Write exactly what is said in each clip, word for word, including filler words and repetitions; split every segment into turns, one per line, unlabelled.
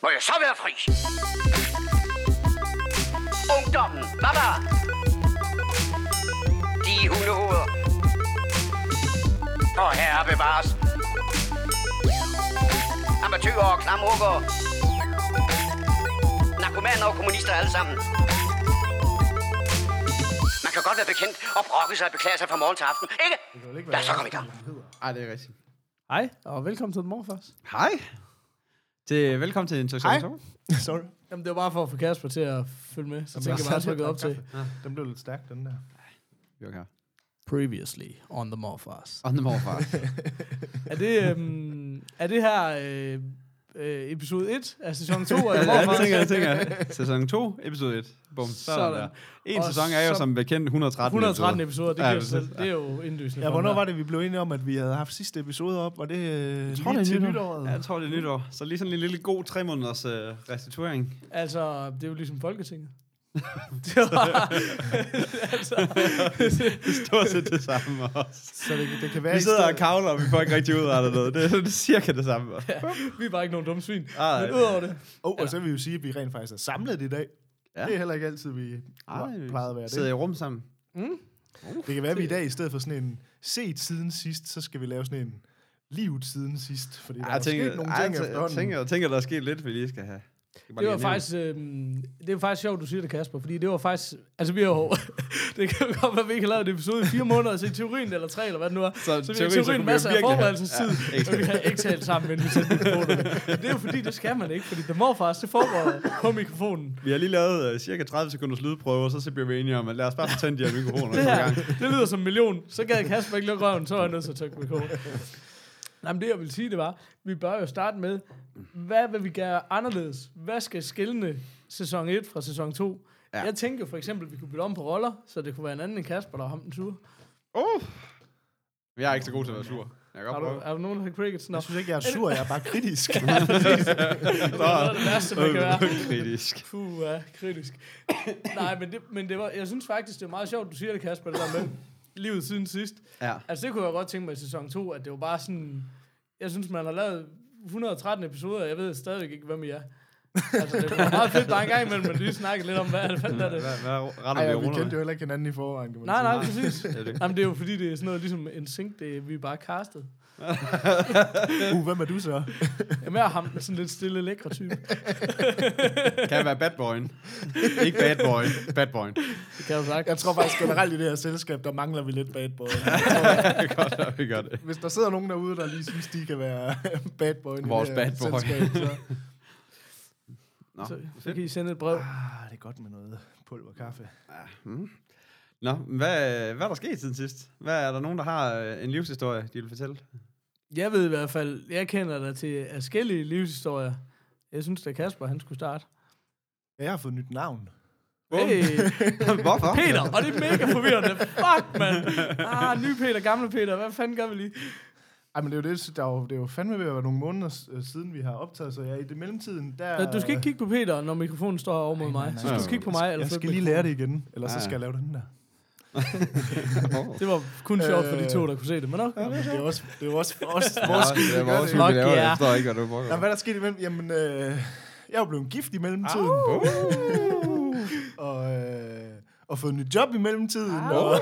Må jeg så være fri? Ungdommen, baba! De hundehoveder. Og herre bevares. Amatøger og klamrukker. Narkomaner og kommunister alle sammen. Man kan godt være bekendt og brokke sig og beklage sig fra morgen til aften, ikke? Lad os så komme i gang.
Ej, det er rigtigt.
Hej, og velkommen til The Morfars.
Hej. Til, velkommen til Intuition to.
Sorry. Jamen, det var bare for at få Kasper til at følge med, så tænker jeg bare, at trykket op til.
Ja, den blev lidt stærk, den der.
Vi er her.
Previously on The Morfars.
On The Morfars.
er, det, øhm, er det her øh, øh, episode et af sæson to af The
Ja,
Morfars?
det tænker jeg, tænker jeg. Sæson to, episode et. Bum, sådan der. En sæson er jo som bekendt et hundrede og tretten
et hundrede og tretten episoder, det,
ja,
det, selv. Det er jo indlysende.
Ja, hvornår var det, vi blev enige om, at vi havde haft sidste episode op? Og det øh,
jeg tror,
lige
det er
til
nytår.
nytåret?
Ja, jeg tror, det er nytår. Så lige sådan en lille god tre måneders øh, restituering.
Altså, det er jo ligesom Folketinget. det var, altså,
det er stort set det samme også.
Så det, det kan være...
Vi sidder og kavler, og vi får ikke rigtig udrettet noget. Det er, det er cirka det samme.
ja, vi er bare ikke nogen dumme svin.
Ej,
Men udover det...
Oh, og så vil vi jo sige, at vi rent faktisk er samlet i dag.
Ja.
Det er heller ikke altid, vi
Ej,
plejede at være
sidder i
det.
rum sammen.
Mm.
Uh, det kan være, at vi i dag, i stedet for sådan en set siden sidst, så skal vi lave sådan en livet siden sidst. Fordi der
Ej,
er
tænker,
sket nogle
ej,
ting
jeg
efterhånden.
tænker, jeg tænker, der er sket lidt, vi lige skal have.
Det var faktisk, øh, det var faktisk sjovt, du siger det, Kasper, fordi det var faktisk, altså vi har jo, det kan jo godt være, at vi ikke har lavet en episode i fire måneder, så i teorien eller tre, eller hvad det nu er, så, så vi har i teorien masser af forberedelsestid, ja, og vi har ikke talt sammen, men vi sætter mikrofonerne. Det er jo fordi, det skal man ikke, fordi The Morfars, det foregår på mikrofonen.
Vi har lige lavet uh, cirka tredive sekunders lydprøve, og så bliver vi enige om, at lad os bare få tændt de her mikrofoner.
Det her, det lyder som en million, så gad Kasper ikke lukke røven, så var jeg nødt til at trykke mikrofonen. Nej, men det jeg vil sige, det var, vi bør jo starte med, hvad vil vi gøre anderledes? Hvad skal skille sæson et fra sæson to? Ja. Jeg tænker for eksempel, at vi kunne bytte om på roller, så det kunne være en anden end Kasper, der var ham den sur.
Uh. Jeg er ikke så god til at være sur. Jeg kan
Er
godt
du,
prøve.
er du nogen, der har crickets? Nå.
Jeg synes ikke, jeg er sur, jeg er bare kritisk.
Ja, præcis. Det er noget af det værste, man kan være.
Kritisk.
Puh, ja, kritisk. Nej, men, det, men det var, jeg synes faktisk, det er meget sjovt, du siger det, Kasper, det der med livet siden sidst.
Ja.
Altså, det kunne jeg godt tænke mig i sæson to, at det var bare sådan... Jeg synes, man har lavet et hundrede og tretten episoder, og jeg ved stadigvæk ikke, hvem I er. Altså, det var meget fedt, bare en gang imellem, at lige snakke lidt om, hvad, hvad er det?
Hvad, hvad retter
Ej,
vi
vi
rundt?
kendte jo heller ikke hinanden i forvejen, kan man
Nej, nej,
sige.
præcis. Jamen, det er jo fordi, det er sådan noget ligesom en sync, det er, vi er bare castet.
Uh, hvem er du så?
Jamen, jeg er ham, sådan lidt stille, lækre type.
Kan jeg være bad boyen? Ikke bad boy, bad boyen.
Det kan jeg jo sagt.
Jeg tror faktisk generelt i det her selskab, der mangler vi lidt bad boy.
Godt, vi gør det.
Hvis der sidder nogen derude, der lige synes, de kan være bad boy i
Vores
det her
bad boy.
selskab, så...
Nå,
Så, så kan I sende et brev.
Ah, det er godt med noget pulver og kaffe.
ja. hmm. Nå, hvad, hvad er der sket siden sidst? Hvad er der nogen, der har øh, en livshistorie, de vil fortælle?
Jeg ved i hvert fald, jeg kender dig til forskellige livshistorier. Jeg synes, at Kasper, han skulle starte.
Ja, jeg har fået et nyt navn.
Hey,
Hvorfor?
Peter, og det er mega forvirrende. Fuck, mand. Ah, ny Peter, gamle Peter. Hvad fanden gør vi lige?
Ej, men det er jo det, der er jo, det er jo fandme ved at være nogle måneder øh, siden, vi har optaget, så ja, i det mellemtiden, der...
Du skal ikke kigge på Peter, når mikrofonen står over mod mig. Så skal du kigge på mig. Eller
Jeg skal lige lære det igen, ellers
Ja,
så skal
ja.
jeg lave den der.
Det var kun sjovt for de to, der kunne se det. Men okay.
Ja, det er også, det er også vores,
Ja,
vores skyld,
det er
vi gør
vores
det.
skyld, vi laver det.
Ja.
Jeg forstår ikke, hvad du prøver.
Nå, hvad der skete imellem? Jamen, øh, jeg er jo blevet gift i mellemtiden.
Uh.
og, øh, og fået en ny job i mellemtiden. Og,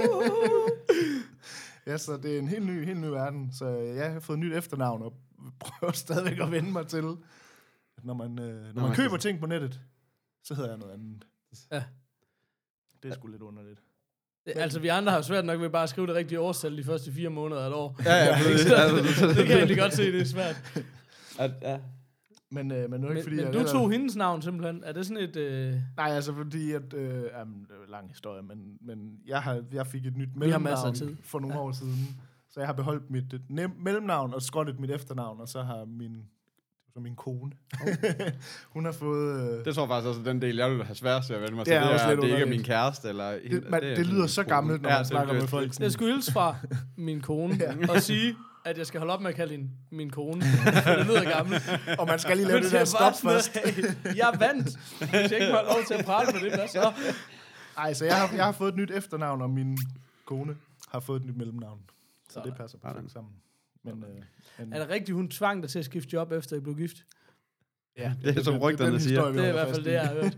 ja, så det er en helt ny, helt ny verden. Så ja, jeg har fået et nyt efternavn, og prøver stadigvæk at vende mig til, at når man, øh, når man
man
køber
kan-
ting på nettet, så hedder jeg noget andet.
Ja.
Det er sgu lidt underligt.
Altså, vi andre har svært nok ved bare at skrive det rigtige årstal de første fire måneder af et år.
Ja, ja, præcis. Altså,
Det kan jeg egentlig godt se, det er svært.
At, ja.
Men, øh, men nu er ikke
Men,
fordi,
men
jeg
du
ellers-
tog hendes navn simpelthen. Er det sådan et... Øh...
Nej, altså fordi, at... Øh, jamen, det er en lang historie, men, men jeg, har, jeg fik et nyt
Vi har masser af
mellemnavn
tid.
for nogle
Ja.
år siden. Så jeg har beholdt mit øh, nem- mellemnavn og skrottet mit efternavn, og så har min, så min kone, oh. hun har fået... Øh,
Det tror jeg faktisk også, den del, jeg vil have svært til at vende mig
Det
til.
er
Det
også
er,
lidt
det ikke er
underligt.
min kæreste, eller...
det, man,
er
det lyder
min
så
kone.
gammelt, når
Ja,
man
det-
snakker
det-
med folk.
det-
Jeg skulle hilse fra min kone
Ja.
og sige, at jeg skal holde op med at kalde hende min kone. For det lyder gammelt.
Og man skal lige lave
Men
det
jeg
der
var
stop
sådan,
først.
hey, jeg vandt. Hvis jeg ikke må have lov til at prale på det, hvad så?
Ej, så jeg har, jeg har fået et nyt efternavn, og min kone har fået et nyt mellemnavn. Så
Sådan.
det passer perfekt sammen. Men, øh, men
Er det rigtigt, hun tvang dig til at skifte job, efter I blev gift?
Ja,
det er det, som rygterne siger.
Det er i hvert fald det, jeg har hørt.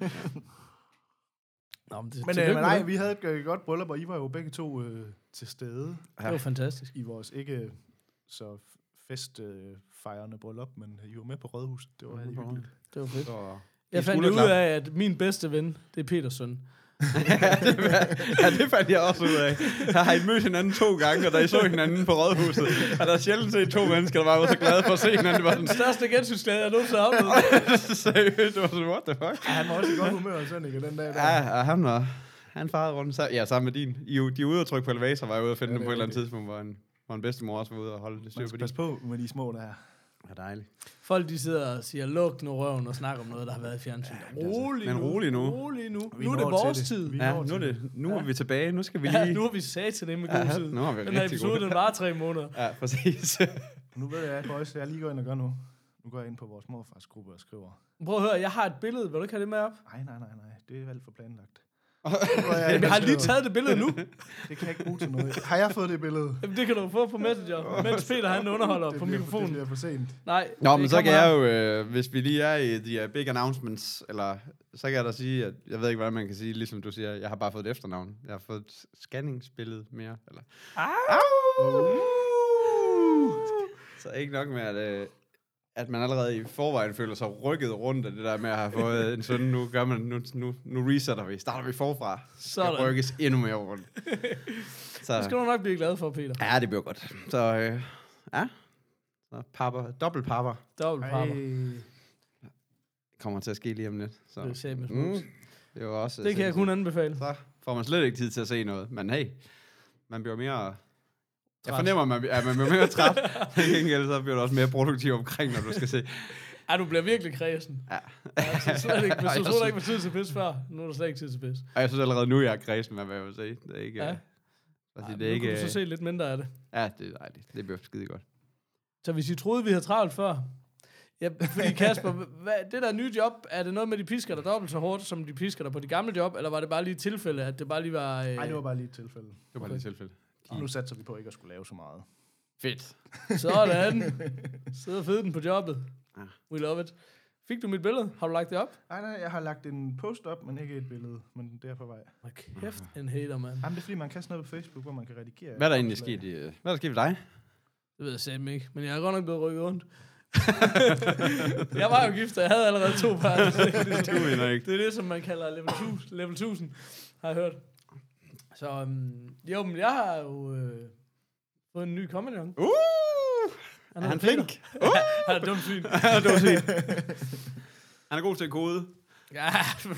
Nå, men det,
men, øh, men nej, vi havde et øh, godt bryllup, og I var jo begge to øh, til stede.
Ja. Det var fantastisk.
I vores ikke så festfejrende øh, bryllup, men I var med på Rådhuset. Det var mm, rigtig hyggeligt.
Det var fedt. Så, jeg fandt ud af, at min bedste ven, det er Peters søn.
ja, det, ja, det fandt jeg også ud af. Jeg har I mødt hinanden to gange, og da I så hinanden på Rådhuset, og der er sjældent set to mennesker, der var så glade for at se hinanden. Det var
den største gensynsglæde, jeg nogensinde har oplevet.
Seriøst, det var sådan, what the fuck?
Ja, han var også i godt humør, Sønneke, den dag. Der.
Ja, og han var, han farede rundt. Ja, sammen med din. I, de er ude og trykke på elevator, var jeg ude og finde ja, dem på et eller andet tidspunkt, hvor en, hvor en bedstemor også var ude og holde det styr på.
Pas på med de små, der er.
Ja, dejligt.
Folk, de sidder og siger, luk nu røven og snakker om noget, der har været i fjernsynet. Ja, rolig
men rolig nu.
Rolig nu. Nu er det vores tid.
Ja, nu er, det, nu er ja. vi tilbage. Nu skal vi lige...
Ja, nu har vi sagt til det med god tid.
Nu har vi
den her episode, den var tre måneder.
Ja, præcis.
Nu ved jeg, boys, jeg lige går ind og gør nu. Nu går jeg ind på vores morfars gruppe og skriver.
Prøv at høre, jeg har et billede. Vil du ikke have det med op?
Nej, nej, nej, nej. Det er alt for planlagt.
Jeg, jeg har lige taget det billede nu.
Det kan jeg ikke bruge til noget. Har jeg fået det billede?
Jamen, det kan du få på Messenger, mens Peter han underholder på mikrofonen.
Det bliver for sent.
Nej.
Nå, men så kan jeg jo, øh, hvis vi lige er i de uh, big announcements, eller så kan jeg da sige, at jeg ved ikke, hvad man kan sige, ligesom du siger, jeg har bare fået et efternavn. Jeg har fået et scanningsbillede mere. Eller.
Au!
Uh! Så ikke nok med, at... Øh, at man allerede i forvejen føler sig rykket rundt af det der med at have fået en søn. Nu gør man, nu, nu, nu resetter vi. Starter vi forfra. Så rykkes endnu mere rundt.
Så det skal du nok blive glad for, Peter.
Ja, det bliver godt. Så øh, ja. Så papper, dobbelt papper.
Dobbelt papper.
Kommer til at ske lige om lidt. Så.
Det er
mm, det er også.
Det kan jeg kun anbefale.
Så får man slet ikke tid til at se noget. Men hey, man bliver mere... Jeg fornemmer, at man, at man bliver mere træt. Så bliver du også mere produktiv omkring, når du skal se.
Ja, du bliver virkelig kredsen. Ja. Ja, så slet ikke, hvis du så ikke var tid til pis før, nu er der slet ikke tid til pis.
Og jeg synes allerede nu, jeg er kredsen, hvad jeg vil sige. Det er ikke...
Ja.
Altså,
ja,
det er ikke,
nu kan du så se lidt mindre af det.
Ja, det er dejligt. Det bliver skide godt.
Så hvis I troede, vi havde travlt før... Ja, fordi Kasper, hvad, det der nye job, er det noget med, de pisker der dobbelt så hårdt, som de pisker der på de gamle job, eller var det bare lige et tilfælde, at det bare lige var...
Nej, øh... det var bare lige et tilfælde.
Det var bare lige et tilfælde.
Og nu satser vi på ikke at skulle lave så meget.
Fedt.
Sådan. Sidde og fede den på jobbet. Ah. We love it. Fik du mit billede? Har du lagt det op?
Nej, nej, jeg har lagt en post op, men ikke et billede. Men det er på vej.
Hvor kæft en hater, mand.
Jamen, det er fordi, man kan sådan noget på Facebook, hvor man kan redigere.
Hvad er der egentlig sket i... Hvad er der sket ved dig?
Det ved jeg simpelthen ikke, men jeg er godt nok blevet rykket rundt. Jeg var jo gift, og jeg havde allerede to par. Det, det, det er det, som man kalder level tusind, level tusind har jeg hørt. Så um, jo, men jeg har jo øh, fået en ny kompagnon.
Uh! Han er han flink?
Uh! Han er dumt svin.
Han er dumt svin. Han er god til at kode.
Ja,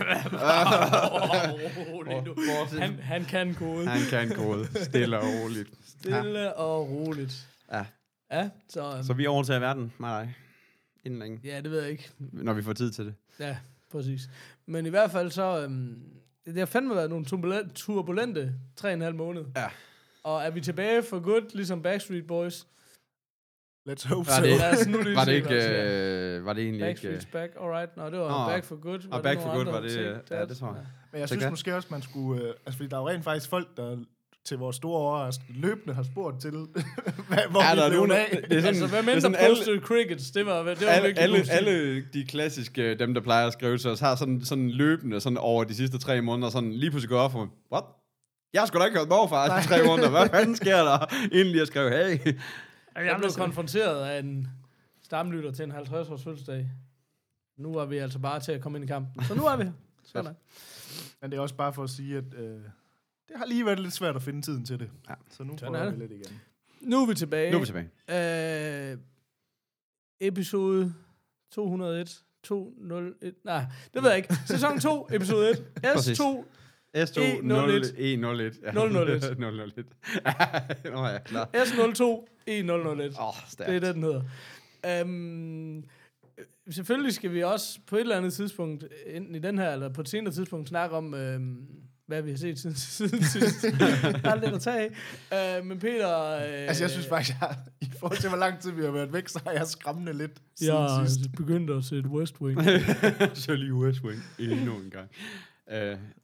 roligt nu. Han, han kan kode.
Han kan kode. Stille og roligt.
Stille ja. og roligt.
Ja.
Ja, så... Um,
så vi overtager verden, mig og dig. Inden længe.
Ja, det ved jeg ikke.
Når vi får tid til det.
Ja, præcis. Men i hvert fald så... Um, det har fandme været nogle turbulente, turbulente tre og en halv måned.
Ja.
Og er vi tilbage for good, ligesom Backstreet Boys?
Let's hope
var
so.
Det,
ja, så nu det
var, det ikke, øh, var det egentlig
Backstreet's
ikke...
back, alright. Nå, det var
oh.
Back for Good.
Og Back for Good var det... Ja, det tror jeg.
Men jeg synes så måske også, man skulle... Øh, altså, fordi der er jo rent faktisk folk, der til vores store overraskelse løbende har spurgt til, hvor
ja,
vi blev af.
Det er sådan, altså, hvad mindre postede crickets, det var, det var
alle, alle, alle de klassiske, dem der plejer at skrive til os, har sådan, sådan løbende sådan over de sidste tre måneder, sådan lige pludselig går op for mig, what? Jeg har sgu da ikke hørt morfar i tre måneder, hvad fanden sker der? Inden jeg skrev, hey.
Jeg blev konfronteret af en stamlytter til en halvtreds års fødselsdag. Nu er vi altså bare til at komme ind i kampen. Så nu er vi her. Sådan.
Men det er også bare for at sige, at øh, det har lige været lidt svært at finde tiden til det. Ja. Så nu prøver vi lidt igen.
Nu er vi tilbage.
Nu er vi tilbage.
Øh, episode to hundrede og et. to nul et. Nej, det ved jeg ikke. Sæson to, episode et. S to.
S to nul et E nul et.
nul nul et.
nul nul et. Nu er jeg klar.
S nul to E nul nul et.
Åh, oh, stærkt.
Det er det, den hedder. Um, selvfølgelig skal vi også på et eller andet tidspunkt, enten i den her, eller på et senere tidspunkt, snakke om, um, hvad vi har set siden, siden sidst. Der er lidt at tage af. Uh, men Peter... Uh,
altså, jeg synes faktisk, jeg, i forhold til, hvor lang tid vi har været væk, så har jeg skræmmende lidt
siden ja, sidst. Jeg begyndte at se West Wing.
Så lige West Wing endnu en gang. Uh,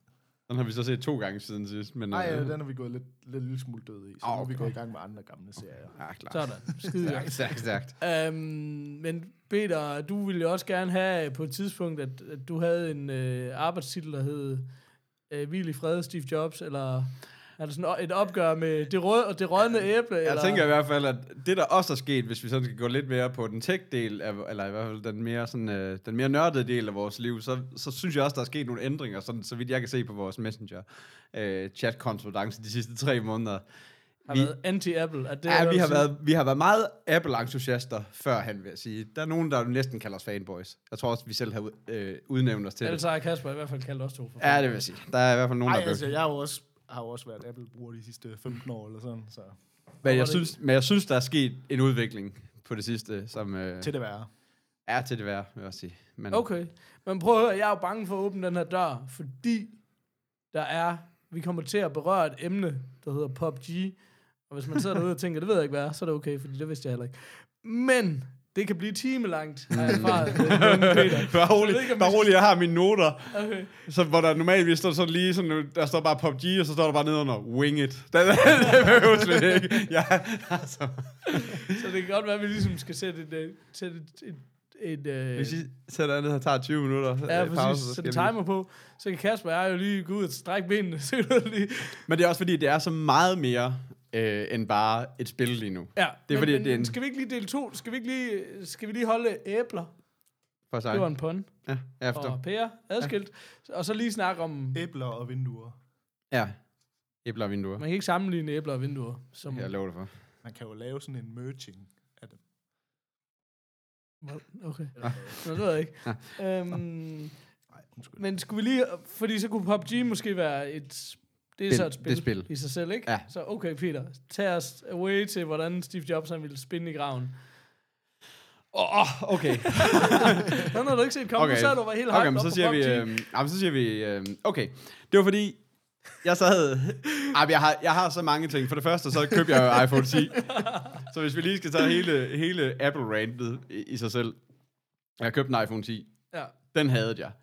Den har vi så set to gange siden sidst. Men,
Nej,
øh,
den har vi gået lidt, lidt lille smule død i, så
okay.
nu er vi gået i gang med andre gamle serier.
Ja, klart.
Sådan. Skide
Stærkt, stærkt, stærkt.
Um, men Peter, du ville jo også gerne have på et tidspunkt, at, at du havde en øh, arbejdstitel, der hed øh, Hvil i fred, Steve Jobs, eller er det sådan et opgør med det, rød, det rødne æble?
Jeg
eller?
tænker i hvert fald, at det der også er sket, hvis vi sådan skal gå lidt mere på den tech-del, af, eller i hvert fald den mere, sådan, øh, den mere nørdede del af vores liv, så, så synes jeg også, der er sket nogle ændringer, sådan, så vidt jeg kan se på vores Messenger øh, chat-korrespondance de sidste tre måneder.
Har
vi,
været anti-Apple? Er det,
ja, vi har, været, vi har været meget Apple-entusiaster førhen, vil jeg sige. Der er nogen, der næsten kalder os fanboys. Jeg tror også, vi selv har øh, udnævnt os til
Ellers
det.
har Kasper i hvert fald kaldt os to. For
ja, det vil jeg sige. Der er i hvert fald nogen,
Ej,
der
altså, jeg har jo også, har jo også været Apple-bruger de sidste femten år, eller sådan, så...
Men jeg, synes, men jeg synes, der er sket en udvikling på det sidste, som øh,
til det værre.
er til det værre, vil jeg sige. Men,
Okay, men prøv at høre, jeg er jo bange for at åbne den her dør, fordi der er, vi kommer til at berøre et emne, der hedder P U B G, og hvis man sidder derude og tænker, det ved jeg ikke hvad er, så er det okay, fordi det vidste jeg heller ikke. Men det kan blive timelangt, har jeg erfaret.
Bare rolig, bare rolig, jeg har mine noter,
Okay.
så, hvor der normalt står sådan lige, sådan, der står bare P U B G, og så står der bare nedenunder, wing it. Det, det behøver slet ikke. Ja, altså.
Så det kan godt være, at vi ligesom skal sætte et, et, sætte et, et et, øh,
Hvis I sætter ned og tager tyve minutter
ja,
øh,
præcis,
pause, så
så
skal
den
vi...
timer på, så kan Kasper og jeg jo lige gå ud og strække benene. Så kan du lige...
Men det er også fordi, det er så meget mere øh, end bare et spil lige nu.
Ja,
det er
men,
fordi,
men,
det er en...
skal vi ikke lige dele to? Skal vi ikke lige, skal vi lige holde æbler?
For sig.
Det var en pun.
Ja, efter.
Og pære, adskilt. Ja. Og så lige snakke om...
Æbler og vinduer.
Ja, æbler og vinduer.
Man kan ikke sammenligne æbler og vinduer. Som...
Jeg lover det for.
Man kan jo lave sådan en merging af dem.
Okay.
Ja.
Nå, det ved jeg ikke.
Ja.
Øhm,
Nej, undskyld.
men skulle vi lige... Fordi så kunne P U B G måske være et... Det er
Spil.
så et spil,
Det er spil.
i sig selv, ikke?
Ja.
Så okay, Peter. Tag os away til, hvordan Steve Jobs han ville spinde i graven.
Åh, oh, okay.
Den har du ikke set komme.
Okay.
Nu sad du var helt
Okay,
højt
men
op
så
på
siger
P U B G.
vi... Øh, jamen, så siger vi... Øh, okay, det var fordi... Jeg så havde... Ej, jeg har, jeg har så mange ting. For det første, så købte jeg jo iPhone ti. Så hvis vi lige skal tage hele, hele Apple-rantet i, i sig selv. Jeg købte en iPhone ti.
Ja.
Den havde jeg.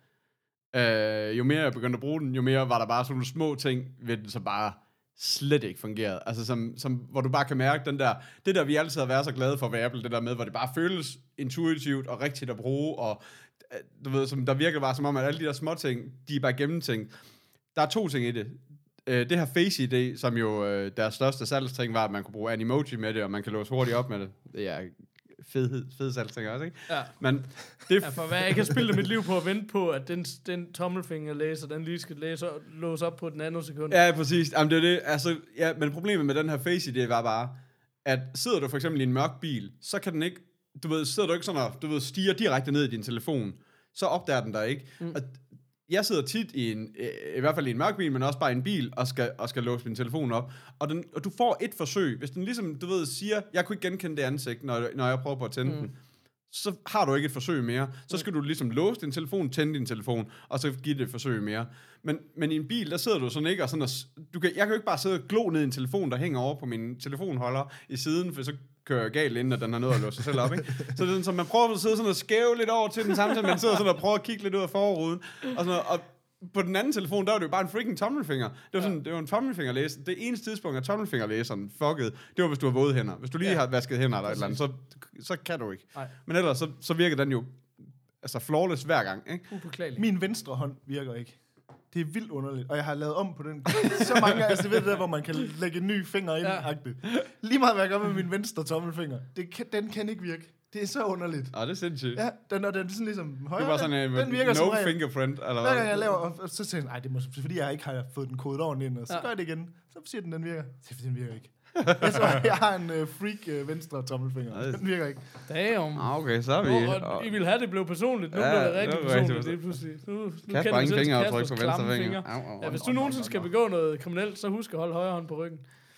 Øh, jo mere jeg begyndte at bruge den, jo mere var der bare sådan nogle små ting ved den, som bare slet ikke fungerede. Altså, som, som, hvor du bare kan mærke den der... Det der, vi altid har været så glade for ved Apple, det der med, hvor det bare føles intuitivt og rigtigt at bruge, og du ved, som, der virker bare som om, at alle de der små ting, de er bare gennemtænkt. Der er to ting i det. Øh, det her Face I D, som jo øh, deres største salgsting var, at man kunne bruge Animoji med det, og man kan låse hurtigt op med det. Det er fed, fed salgsting også, ikke?
Ja.
Men det...
Ja, for hvad jeg kan spille mit liv på at vente på, at den, den tommelfingerlæser, den lige skal læse og låse op på den anden sekund.
Ja, præcis. Jamen, det er det. Altså, ja, men problemet med den her Face I D var bare, at sidder du for eksempel i en mørk bil, så kan den ikke, du ved, sidder du ikke sådan og, du ved, stiger direkte ned i din telefon, så opdager den der ikke. Mm. Og jeg sidder tit i en, i hvert fald i en mørk bil, men også bare i en bil, og skal, og skal låse min telefon op. Og, den, og du får et forsøg. Hvis den ligesom, du ved, siger, jeg kunne ikke genkende det ansigt, når, når jeg prøver på at tænde mm. den, så har du ikke et forsøg mere. Så skal du ligesom låse din telefon, tænde din telefon, og så give det et forsøg mere. Men, men i en bil, der sidder du sådan ikke, og sådan og, du kan, jeg kan jo ikke bare sidde og glo ned i en telefon, der hænger over på min telefonholder i siden, for så kører jeg galt, inden at den har nået at låse sig selv op, ikke? Så det er sådan, så man prøver at sidde sådan og skæve lidt over til den samtidig, man sidder sådan og prøver at kigge lidt ud af forruden, og sådan, og på den anden telefon, der var det jo bare en freaking tommelfinger. Det var sådan, ja. Det var en tommelfingerlæser. Det eneste tidspunkt, at tommelfingerlæseren fuckede, det var, hvis du har våde hænder. Hvis du lige ja. har vasket hænder eller et eller andet, så, så kan du ikke. Nej. Men ellers, så, så virker den jo altså flawless hver gang, ikke?
Upåklageligt.
Min venstre hånd virker ikke. Det er vildt underligt, og jeg har lavet om på den så mange gange. Altså, det ved det der, hvor man kan lægge en ny finger ind. Ja. Lige meget, hvad jeg gør med min venstre tommelfinger. Det kan, den kan ikke virke. Det er så underligt.
Ah, det er sindssygt.
Ja, den, og den er sådan ligesom højre.
Det var sådan en
den virker
no fingerprint, eller hvad?
Hver gang jeg laver, og, og så tænker jeg, nej, det må fordi jeg ikke har fået den kodet ordentligt ind, og så ja. gør jeg det igen. Så siger den, den virker. Så den virker ikke. Jeg, tror, jeg har en uh, freak uh, venstre tommelfinger. Nej, den virker ikke.
Damn.
Ah, okay, så er vi...
Nå, og, og I ville have det blev personligt. Nu ja, blev det rigtig det personligt. Rigtig. Det er pludselig. Nu, nu
Kasper ingen fingeraftryk på venstre finger.
Au, au, ja, hvis du nogensinde skal begå noget kriminelt, så husk at holde højre hånd på ryggen.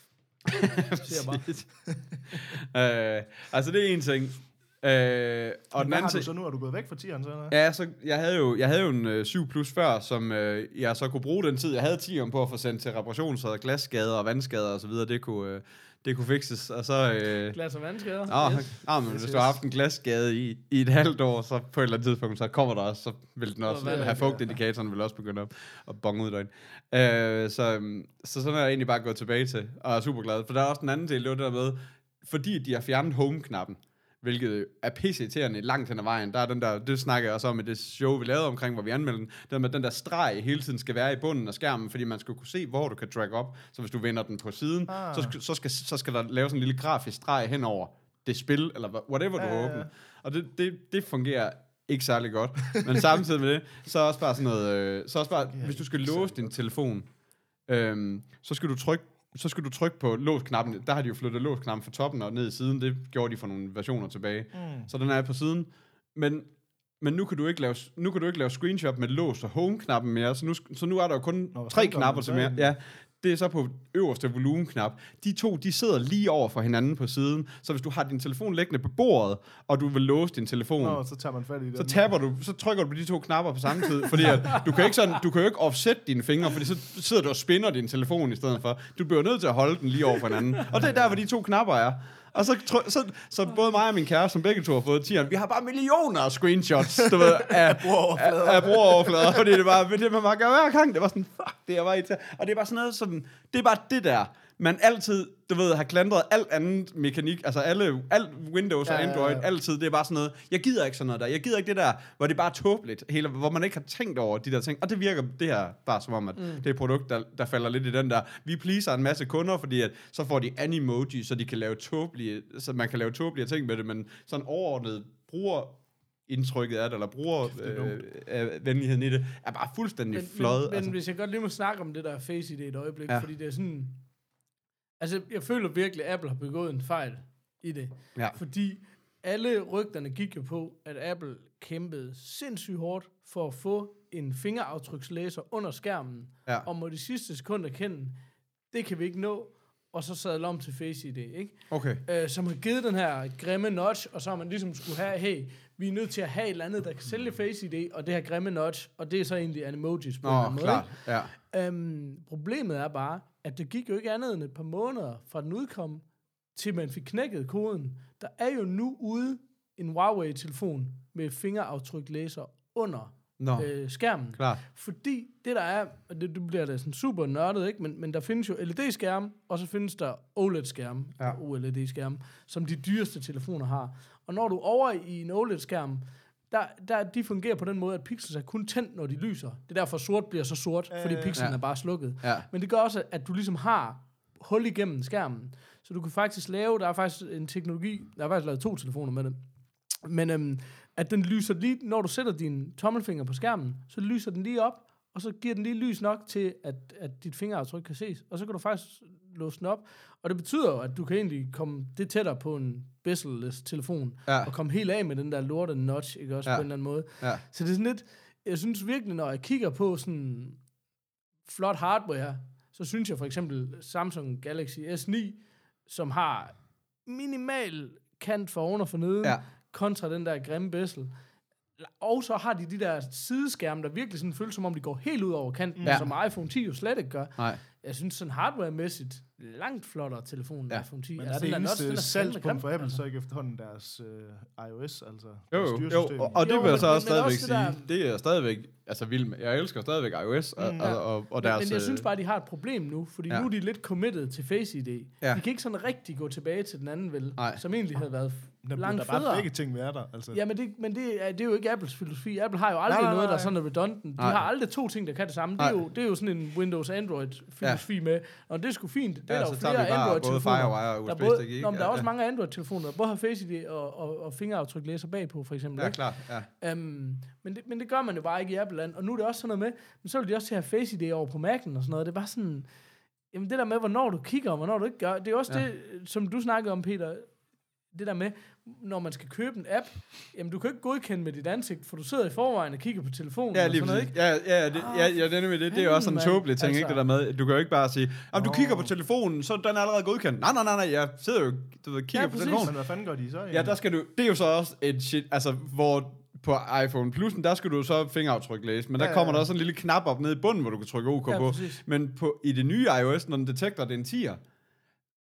Siger
bare. øh, altså, det er en ting. Øh, og
den anden har du så nu? Er du gået væk fra tieren? Så, eller?
Ja, så jeg havde jo, jeg havde jo en øh, syv plus før, som øh, jeg så kunne bruge den tid. Jeg havde tieren på at få sendt til reparation, så glasskader og vandskader og så videre, det kunne, øh, det kunne fikses, og så... Øh,
glas- og vandskader.
Åh, yes. ah, men yes, hvis du har haft en glasskade i, i et halvt år, så på et eller andet tidspunkt, så kommer der også, så vil den også
Hvad,
have fugtindikatoren, vil også begynde at, at bonge ud døgn. Øh, så, så sådan er jeg egentlig bare gået tilbage til, og er super glad. For der er også den anden del, det var det der med, fordi de har fjernet home-knappen, hvilket er pisse-irriterende langt hen ad vejen. Der er den der, det snakker jeg også om i det show, vi lavede omkring, hvor vi anmeldte den, der med den der streg hele tiden skal være i bunden af skærmen, fordi man skal kunne se, hvor du kan drag op. Så hvis du vender den på siden, ah. så, skal, så, skal, så skal der lave sådan en lille grafisk streg henover det spil, eller whatever du ja, åbner. Ja. Og det, det, det fungerer ikke særlig godt. Men samtidig med det, så er også bare sådan noget, øh, så også bare, hvis du skal låse din telefon, øh, så skal du trykke så skal du trykke på låsknappen. Der har de jo flyttet låsknappen fra toppen og ned i siden. Det gjorde de for nogle versioner tilbage. Mm. Så den er på siden. Men, men nu kan du ikke lave nu kan du ikke lave screenshot med lås og home-knappen mere. Så nu, så nu er der jo kun Nå, tre knapper til mere. Ja, det er så på øverste volumenknap. De to, de sidder lige over for hinanden på siden. Så hvis du har din telefon liggende på bordet, og du vil låse din telefon,
Nå, så tager man fat i den.
Så taber du, så trykker du på de to knapper på samme tid, fordi at du kan ikke sådan, du kan jo ikke offset dine fingre, fordi så sidder du og spinner din telefon i stedet for. Du bliver nødt til at holde den lige over for hinanden. Og det er der, hvor de to knapper er. Og så, så, så både mig og min kæreste, som begge to har fået tieren, vi har bare millioner af screenshots, du ved, af brugeroverflader, af, af brugeroverflader, fordi det var det, man bare gør hver gang. Det var sådan, fuck, det er bare irriterende. Og det er bare sådan noget som, det er bare det der, man altid, du ved, har klandret alt andet mekanik, altså alle, alt Windows ja, og Android, ja, ja. altid, det er bare sådan noget, jeg gider ikke sådan noget der, jeg gider ikke det der, hvor det er bare tåbeligt, hele, hvor man ikke har tænkt over de der ting, og det virker det her bare som om, at mm. det er et produkt, der, der falder lidt i den der, vi pleaser en masse kunder, fordi at, så får de animoji, så de kan lave tåbelige, så man kan lave tåbelige ting med det, men sådan overordnet bruger indtrykket af det, eller bruger øh, øh, venligheden i det, er bare fuldstændig
men,
fløjet.
Men, men
altså.
hvis jeg godt lige må snakke om det der Face I D et øjeblik,
ja.
fordi det er sådan, altså jeg føler virkelig, at Apple har begået en fejl i det,
ja.
fordi alle rygterne gik jo på, at Apple kæmpede sindssygt hårdt for at få en fingeraftrykslæser under skærmen, ja. og må de sidste sekunder kende, det kan vi ikke nå, og så sadle om til Face I D, ikke?
Okay.
Øh, som har givet den her grimme notch, og så har man ligesom skulle have, hey, vi er nødt til at have et eller andet, der kan sælge Face I D, og det her grimme notch, og det er så egentlig animojis på
Nå,
en måde.
Klart. Ja.
Øhm, problemet er bare, at det gik jo ikke andet end et par måneder fra den udkom, til man fik knækket koden. Der er jo nu ude en Huawei-telefon med fingeraftryk-læser under
no.
øh, skærmen.
Klart.
Fordi det der er, og det, det bliver da sådan super nørdet, ikke? Men, men der findes jo L E D-skærme, og så findes der O L E D-skærme, ja. O L E D-skærme, som de dyreste telefoner har. Og når du er over i en O L E D-skærm, der, der, de fungerer på den måde, at pixels er kun tændt, når de lyser. Det er derfor, sort bliver så sort, øh, fordi pixelen ja. er bare slukket. Ja. Men det gør også, at du ligesom har hul igennem skærmen. Så du kan faktisk lave, der er faktisk en teknologi, der er faktisk lavet to telefoner med det, men øhm, at den lyser lige, når du sætter din tommelfinger på skærmen, så lyser den lige op, og så giver den lige lys nok til, at, at dit fingeraftryk kan ses. Og så kan du faktisk låse den op. Og det betyder jo, at du kan egentlig komme det tættere på en bezel-less telefon, ja. og komme helt af med den der lorte notch, ikke også, ja. på en eller anden måde. Ja. Så det er sådan lidt, jeg synes virkelig, når jeg kigger på sådan flot hardware her, så synes jeg for eksempel Samsung Galaxy S ni, som har minimal kant for oven og for neden, ja. kontra den der grimme bezel. Og så har de de der sideskærme, der virkelig sådan føles som om de går helt ud over kanten, ja. som iPhone ti jo slet ikke gør. Nej. Jeg synes sådan hardware-mæssigt langt flottere telefon ja. iPhone ti.
Men altså, er det eneste salgspunkt for Apple, altså. Så ikke efterhånden deres uh, iOS, altså
jo, jo, jo, og, og det vil jeg så også stadigvæk også sige. Der, det er stadigvæk, altså vild med. Jeg elsker stadigvæk iOS, og, mm, og, og, og deres...
Men, men jeg synes bare, de har et problem nu, fordi ja. nu er de lidt committed til Face I D. Ja. De kan ikke sådan rigtig gå tilbage til den anden, vel, Nej. som egentlig havde været
der, langt federe. Der er bare begge ting, vi er der, altså.
Ja, men, det, men det, er, det er jo ikke Apples filosofi. Apple har jo aldrig nej, nej, noget, der er sådan er redundant. De nej. har aldrig to ting, der kan det samme. Det er, jo, det er jo sådan en Windows-Android-filosofi ja. med, og det er sgu fint. Det er ja, der jo flere Android-telefoner. Der, både, ikke? Nå, der er også mange Android-telefoner, der både har Face I D og, og, og fingeraftryk læser bagpå, for eksempel.
Ja, klart. Ja.
Um, men, det, men det gør man jo bare ikke i Apple-land. Og nu er det også sådan noget med, men så vil de også til at have Face I D over på Mac'en og sådan noget. Det er bare sådan, jamen det der med, hvornår du kigger, og hvornår du ikke gør, det er også ja. det, som du snakkede om, Peter, det der med, når man skal købe en app, jamen du kan ikke godkende med dit ansigt, for du sidder i forvejen og kigger på telefonen.
Ja, lige
og sådan noget, ikke?
Ja, ja, det, ja, ja, det er det. Det er jo også sådan en tåbelig ting, altså, ikke det der med. Du kan jo ikke bare sige, om du oh. kigger på telefonen, så den er allerede godkendt. Nej, nej, nej, nej, jeg sidder jo, du ved, kigger ja, på telefonen.
Men hvad fanden gør de så?
Ja, der skal du, det er jo så også et shit, altså hvor på iPhone Plus'en, der skal du så fingeraftryk læse, men der ja, kommer ja, ja. der også en lille knap op nede i bunden, hvor du kan trykke OK ja, på. Men på, i det nye iOS, når den detekter, det er en tier,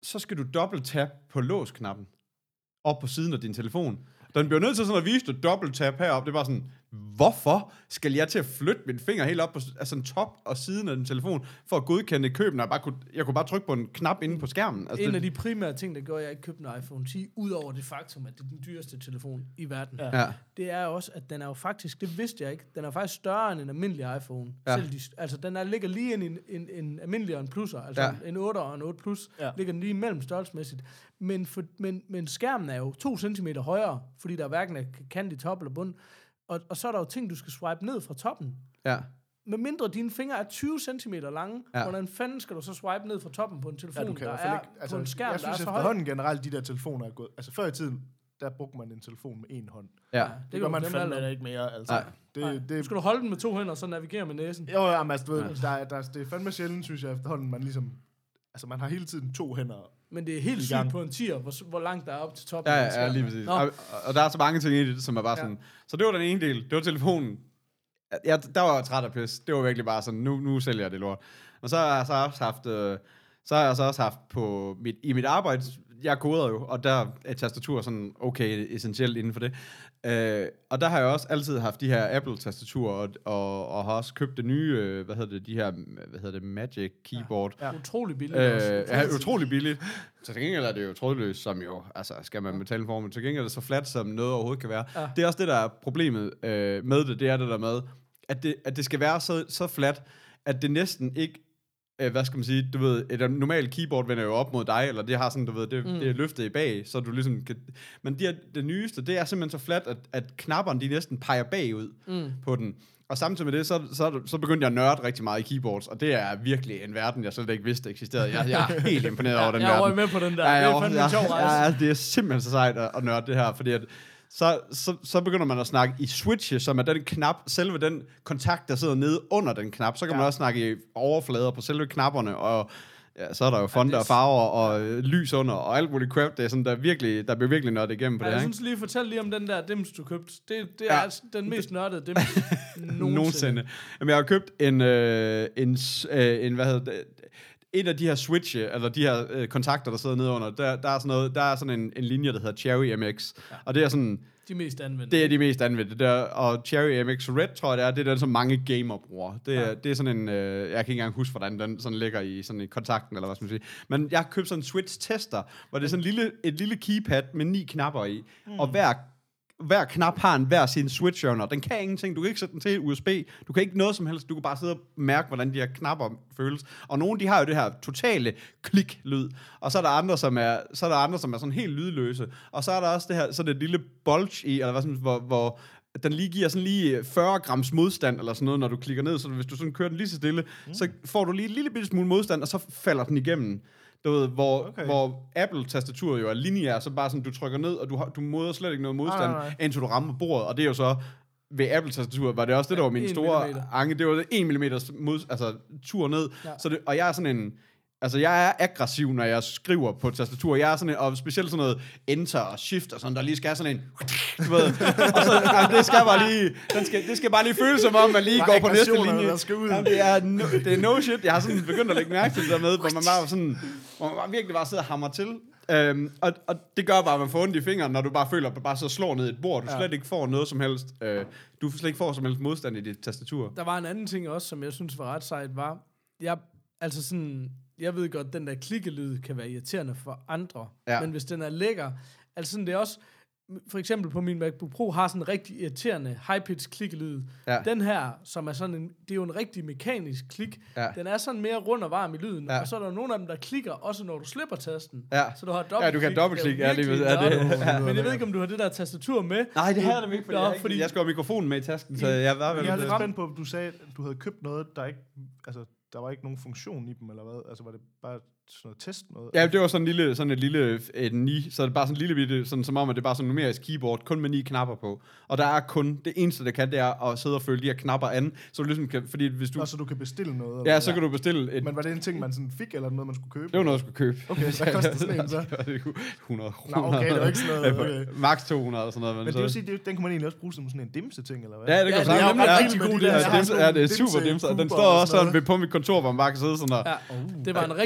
så skal du dobbelt-tap på låsknappen op på siden af din telefon. Den bliver nødt til sådan at vise dig dobbelt-tap heroppe. Det er bare sådan, hvorfor skal jeg til at flytte min finger helt op på altså top og siden af den telefon, for at godkende køben? Jeg, bare kunne, jeg kunne bare trykke på en knap inde på skærmen. Altså
en
det,
af de primære ting, der gør, at jeg ikke købte en iPhone ti, udover det faktum, at det er den dyreste telefon i verden,
ja.
det er også, at den er jo faktisk, det vidste jeg ikke, den er faktisk større end en almindelig iPhone.
Ja.
Selv de, altså den er, ligger lige ind i en, en, en almindelig og en plusser, altså ja. en otter og en otte plus, ja. ligger den lige mellem størrelsesmæssigt. Men, for, men, men skærmen er jo to centimeter højere, fordi der hverken er kant i top eller bund. Og, og så er der jo ting, du skal swipe ned fra toppen.
Ja.
Med mindre dine fingre er tyve centimeter lange, ja. hvordan fanden skal du så swipe ned fra toppen på en telefon, ja, der er ikke, altså, på en skærm,
jeg
der er
synes
så høj?
efterhånden generelt, de der telefoner er gået... Altså før i tiden, der brugte man en telefon med en hånd.
Ja.
Det, det gør man fandme ikke mere, altså.
Nej.
Det,
Nej.
det,
skal du holde den med to hænder, og så navigere med næsen?
Jo, ja, men altså, du ved, ja. der, der, det er fandme sjældent, synes jeg, efterhånden, man ligesom... Altså, man har hele tiden to hænder.
Men det er helt sygt på en tier, hvor, hvor langt der er op til toppen.
Ja, ja, ja lige præcis. Og, og der er så mange ting i det, som er bare ja. sådan... Så det var den ene del. Det var telefonen. Jeg, der var jeg træt af pis. Det var virkelig bare sådan, nu, nu sælger jeg det lort. Og så har jeg så også haft... Øh, så har jeg så også haft på mit, i mit arbejde... Jeg koder jo, og der er tastatur sådan okay essentielt inden for det. Øh, og der har jeg også altid haft de her Apple-tastaturer, og, og, og har også købt det nye, øh, hvad hedder det, de her, hvad hedder det, Magic Keyboard.
Ja, ja. Utrolig billigt
øh,
også.
Ja, utrolig billigt. Så til gengæld er det jo trådløst, som jo, altså skal man betale for, men til gengæld er det så fladt, som noget overhovedet kan være. Ja. Det er også det, der er problemet øh, med det, det er det der med, at det, at det skal være så, så fladt, at det næsten ikke, øh, hvad skal man sige, du ved, et normalt keyboard vender jo op mod dig, eller det har sådan, du ved, det, mm. det er løftet i bag, så du ligesom kan, men det, er, det nyeste, det er simpelthen så fladt, at, at knapperne, de næsten peger bagud mm. på den. Og samtidig med det, så, så, så begyndte jeg at nørde rigtig meget i keyboards, og det er virkelig en verden, jeg slet ikke vidste eksisterede. Jeg, jeg er helt imponeret over den
jeg
verden.
Jeg er med på den der. Ja, det er fandme en sjov rejse.
Ja, det er simpelthen så sejt at, at nørde det her, fordi at Så, så, så begynder man at snakke i switches, som er den knap, selve den kontakt, der sidder nede under den knap. Så kan ja. man også snakke i overflader på selve knapperne, og ja, så er der jo fonter ja, og farver og øh, lys under, og alt muligt crap. Det er sådan, der, virkelig, der bliver virkelig nørdet igennem på ja, det her.
Jeg synes lige, fortæl lige om den der dims, du købte. Det, det er ja. altså den mest nørdede dims nogensinde. nogensinde. Jamen, jeg har købt en, øh, en, øh, en, hvad hedder det, et af de her switche, eller de her øh, kontakter, der sidder nede under, der, der er sådan noget, der er sådan en, en linje, der hedder Cherry M X, ja. og det er sådan... De mest anvendte.
Det er de mest anvendte. Der, og Cherry M X Red, tror jeg, det er, det er den, som mange gamer bruger. Det, ja. det er sådan en... Øh, jeg kan ikke engang huske, hvordan den sådan ligger i sådan i kontakten, eller hvad skal man sige. Men jeg har købt sådan en Switch-tester, hvor det er sådan en lille, et lille keypad med ni knapper i, mm. og hver hver knap har en hver sin switch-owner. Den kan ingenting. Du kan ikke sætte den til U S B. Du kan ikke noget som helst. Du kan bare sidde og mærke, hvordan de her knapper føles. Og nogle, de har jo det her totale klik-lyd. Og så er der andre, som er, så er der andre, som er sådan helt lydløse. Og så er der også det her, så er det et lille bulge i, eller hvad sådan, hvor, hvor den lige giver sådan lige fyrre grams modstand, eller sådan noget, når du klikker ned. Så hvis du sådan kører den lige så stille, mm. så får du lige en lille bitte smule modstand, og så falder den igennem. Du ved, hvor, okay. hvor Apple-tastaturet jo er lineær, så bare sådan, du trykker ned, og du, har, du møder slet ikke noget modstand, ah, indtil du rammer bordet. Og det er jo så, ved Apple-tastaturet var det også det, der var min store anke. Det var en millimeter mod, altså, tur ned. Ja. Så det, og jeg er sådan en... Altså, jeg er aggressiv, når jeg skriver på tastatur. Jeg er sådan en, og specielt sådan noget enter og shift og sådan, der lige skal have sådan en... Du ved, og så, altså, det skal bare lige... Den skal, det skal bare lige føles som om, man lige går på næste linje. Der skal ud. Jamen, det, er no, det er no shit. Jeg har sådan begyndt at lægge mærke til det der med, hvor man bare sådan... Hvor man bare virkelig bare sidder og hammer til. Um, og, og det gør bare, at man får ondt i fingeren, når du bare føler, at du bare så slår ned i et bord. Du ja. slet ikke får noget som helst... Uh, du slet ikke får som helst modstand i dit tastatur.
Der var en anden ting også, som jeg synes var ret sejt, var... Jeg, altså sådan... Jeg ved godt, at den der klikkelyd kan være irriterende for andre, ja. Men hvis den er lækker, altså sådan det er også, for eksempel på min MacBook Pro har sådan en rigtig irriterende high-pitch klikkelyd. Ja. Den her, som er sådan en, det er jo en rigtig mekanisk klik, ja. Den er sådan mere rund og varm i lyden, ja. Og så er der nogle af dem, der klikker, også når du slipper tasten. Ja. Så du har dobbeltklik.
Ja, du kan dobbeltklik, ja, lige ved det.
Ja. Men jeg ved ikke, om du har det der tastatur med.
Nej, det havde det ikke, fordi, Nå, jeg, fordi jeg skal have mikrofonen med i tasken, så jeg var vel...
Jeg er lidt spændt på, at du sagde, at du havde købt noget, der ikke... Altså, der var ikke nogen funktion i dem, eller hvad? Altså, var det bare sådan noget test noget?
Ja, det var sådan, en lille, sådan et lille et ni, så det er bare sådan en lille bitte, sådan som om, at det er bare sådan en numerisk keyboard, kun med ni knapper på. Og der er kun, det eneste, der kan, det er at sidde og følge de her knapper an, så du ligesom kan, fordi hvis du...
Og så du kan bestille noget?
Eller? Ja, så kan du bestille et...
Men var det en ting, man sådan fik, eller noget, man skulle købe?
Det var noget, jeg skulle købe.
Okay, hvad kostede sådan en så?
hundrede kroner.
Nå, okay, det var ikke sådan noget, okay.
Max to hundrede eller sådan noget.
Men, men det vil sige, den kan man egentlig også bruge som sådan en dimse-ting, eller hvad?
Ja, det kan
ja,
man
det er rigtig god,
det er super dimse. Den står også sådan på mit kontor, hvor man bare kan sidde sådan der.
Det var en rigtig dejlig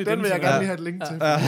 Den vil jeg gerne lige have et link til.
Ja.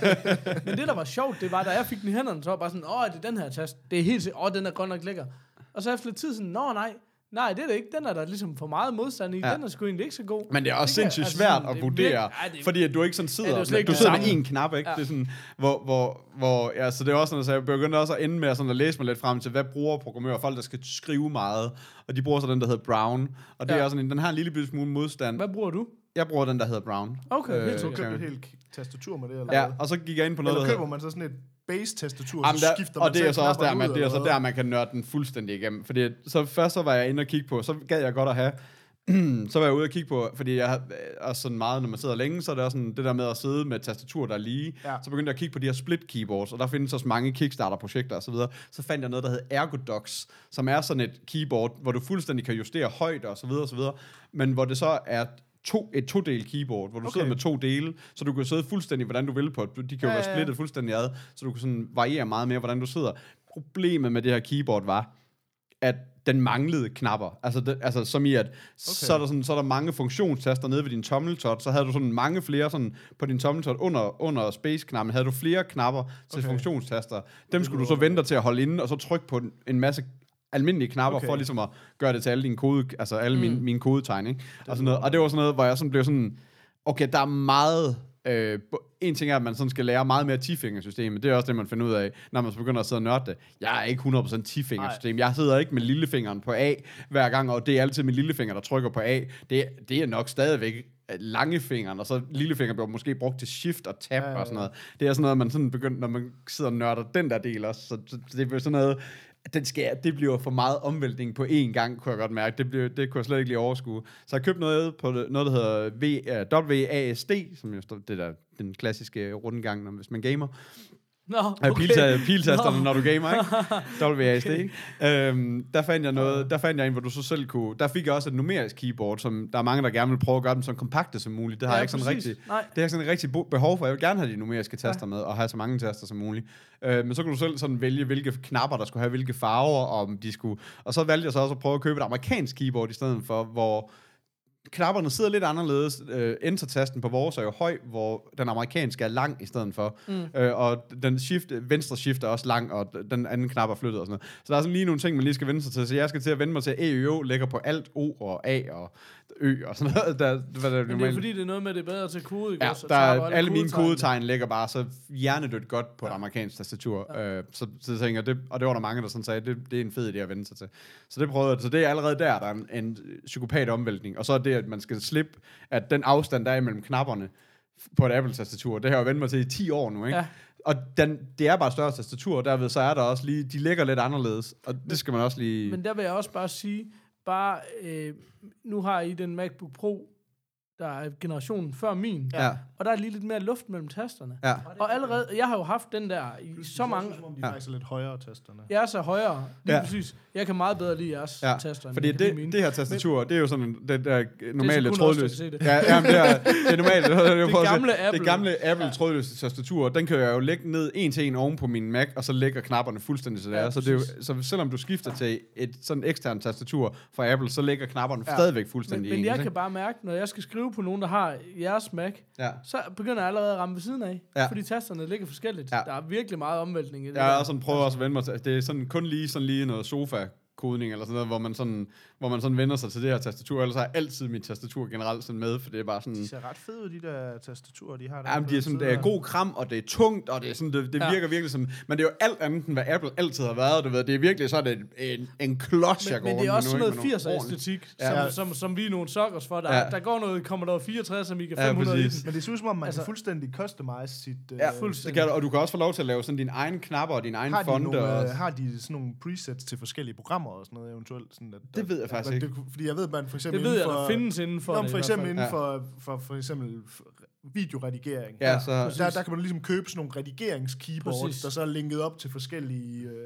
Men det, der var sjovt, det var, da jeg fik den i hænderne, så var bare sådan, åh, er det den her tast? Det er helt sikkert, åh, den er godt nok lækker. Og så efter lidt tid sådan, nå, nej, nej, det er det ikke. Den er der ligesom for meget modstand i. Ja. Den er sgu egentlig ikke så god.
Men det er også
det
sindssygt
altså,
svært
sådan,
at vurdere,
ja, det,
fordi at du ikke sådan sidder,
ja,
du sidder med en knap, ikke? Ja. Det er sådan, hvor, hvor, hvor, ja, så det er også sådan, at jeg begyndte også at ende med sådan at læse mig lidt frem til, hvad bruger programmører, folk der skal skrive meget, og de bruger så den, der hedder Brown, og det ja. er sådan, den har en lille smule modstand.
Hvad bruger du?
Jeg bruger den, der hedder Brown.
Okay, øh,
helt så købte et helt tastatur med det, eller
ja,
hvad?
og så gik jeg ind på noget,
eller
der
køber
hedder...
man så sådan et base-tastatur,
Jamen,
så
der,
skifter
og
man
det er så også der, man,
ud,
det er så der, man kan nørde den fuldstændig igennem. Fordi så først så var jeg inde og kigge på, så gad jeg godt at have, så var jeg ude og kigge på, fordi jeg er sådan meget, når man sidder længe, så er det også sådan, det der med at sidde med et tastatur, der er lige. Ja. Så begyndte jeg at kigge på de her split keyboards, og der findes også mange Kickstarter-projekter og så videre. Så fandt jeg noget, der hedder Ergodox, som er sådan et keyboard, hvor du fuldstændig kan justere højde og så videre og så videre, men hvor det så er To, et to-del keyboard, hvor du okay. sidder med to dele, så du kan sidde fuldstændig, hvordan du vil på det. De kan jo ja, være splittet ja. fuldstændig ad, så du kan sådan variere meget mere, hvordan du sidder. Problemet med det her keyboard var, at den manglede knapper. Altså, det, altså som i, at okay. så, er der sådan, så er der mange funktionstaster nede ved din tommeltot, så havde du sådan mange flere sådan, på din tommeltot under, under space-knappen, havde du flere knapper til okay. funktionstaster. Dem skulle du så vente til at holde inde, og så trykke på en, en masse almindelige knapper, okay. for ligesom at gøre det til alle dine kode, altså alle mm. mine, mine kodetegn, ikke? Og, sådan noget. Og det var sådan noget, hvor jeg sådan blev sådan, okay, der er meget, øh, en ting er, at man sådan skal lære meget mere ti-fingersystemet, det er også det, man finder ud af, når man så begynder at sidde og nørde det. Jeg er ikke hundrede procent ti-fingersystem, jeg sidder ikke med lillefingeren på A hver gang, og det er altid min lillefinger, der trykker på A. Det, det er nok stadigvæk langefingeren, og så lillefinger bliver måske brugt til shift og tab ja, ja, ja. og sådan noget. Det er sådan noget, man sådan begynder, når man sidder og nørder den der del også, så, så det bliver sådan noget, Den skal, det bliver for meget omvæltning på én gang, kunne jeg godt mærke. Det, blev, det kunne jeg slet ikke lige overskue. Så jeg købte noget på noget, der hedder W A S D, som jo det der den klassiske rundgang, når, hvis man gamer.
Nå, no, okay.
Piltasterne, når du gamer, ikke? W A S D, okay. ikke? Øhm, der fandt jeg noget, der fandt jeg en, hvor du så selv kunne, der fik jeg også et numerisk keyboard, som der er mange, der gerne vil prøve at gøre dem så kompakte som muligt. Det har ja, jeg ikke sådan rigtig, det har jeg sådan rigtig behov for. Jeg vil gerne have de numeriske taster ja. med, og have så mange taster som muligt. Øh, men så kunne du selv sådan vælge, hvilke knapper, der skulle have hvilke farver, og om de skulle, og så valgte jeg så også at prøve at købe et amerikansk keyboard i stedet for, hvor knapperne sidder lidt anderledes. Uh, enter-tasten på vores er jo høj, hvor den amerikanske er lang i stedet for. Mm. Uh, og den shift, venstre shift er også lang, og den anden knap er flyttet og sådan noget. Så der er sådan lige nogle ting, man lige skal vende sig til. Så jeg skal til at vende mig til, at E, Ø, O ligger på alt, O og A og Ø og sådan noget. Der, hvad der
Men det er fordi, det er noget med, det er bedre til kode, ikke?
Ja,
også?
der er, alle, alle mine kodetegn ligger bare så hjernedødt godt på ja. et amerikansk tastatur. Ja. Uh, så, så jeg tænker, det, og det var der mange, der sådan sagde, det, det er en fed idé at vende sig til. Så det prøvede jeg. Så det er allerede der, der er en, en psykopat omvæltning. Og så er det, at man skal slippe, at den afstand, der er imellem knapperne på et Apple-tastatur, det har jeg jo vendt mig til i ti år nu, ikke? Ja. Og den, det er bare større tastatur, og derved så er der også lige, de ligger lidt anderledes, og det skal man også lige...
Men der vil jeg også bare sige, bare, øh, nu har I den MacBook Pro, der er generationen før min, ja. og der er lige lidt mere luft mellem tasterne. Ja. Og allerede, jeg har jo haft den der i Plus, så mange...
Som om de ja. faktisk er lidt højere, tasterne.
Jeg er så højere, lige ja. præcis. Jeg kan meget bedre lide jeres ja. taster.
Fordi det, det, det her tastatur, men, det er jo sådan det der normale trådløse... Det. Ja, ja, det er det normale... Det,
det, gamle Apple.
Det gamle Apple ja. trådløse tastatur, den kan jeg jo lægge ned en til en oven på min Mac, og så lægger knapperne fuldstændig til det ja, så, det er jo, så selvom du skifter til et sådan ekstern tastatur fra Apple, så lægger knapperne ja. stadigvæk fuldstændig
Men, men jeg
ikke?
kan bare mærke, når jeg skal skrive på nogen, der har jeres Mac, ja. så begynder jeg allerede at ramme ved siden af, ja. fordi tasterne ligger forskelligt. Ja. Der er virkelig meget omvæltning i det.
Jeg har også sådan prøvet også at vende mig til, det er sådan kun lige sådan lige noget sofa kodning eller sådan noget, hvor man sådan, hvor man sådan vender sig til det her tastatur, ellers har jeg altid mit tastatur generelt sådan med, for det er bare sådan...
De ser ret fede ud, de der tastaturer, de har der.
Jamen, de er sådan, det er god kram, og det er tungt, og det er sådan, det, det ja. virker virkelig som... Men det er jo alt andet, end hvad Apple altid har været, du ved. Det er virkelig sådan en, en, en klods, jeg går
Men det er også sådan noget firs'er-æstetik,
ja.
som, som, som vi er nogle suckers for. Der, ja. der går noget Commodore fireogtres, Amiga fem hundrede.
Ja, men det ser ud som om, man altså, kan fuldstændig customize sit... Uh,
ja, fuldstændig. Det kan, og du kan også få lov til at lave sådan dine egne knapper og dine egne fonde.
Og... Har de sådan nogle presets til forskellige programmer og sådan noget eventuelt? Sådan at,
det ved jeg faktisk ikke.
Det, fordi jeg ved, man for eksempel
det ved jeg, der findes inden for
det. For eksempel inden for, for, for eksempel videoredigering.
Ja, så,
der, der kan man ligesom købe sådan nogle redigeringskeyboards, der så er linket op til forskellige øh,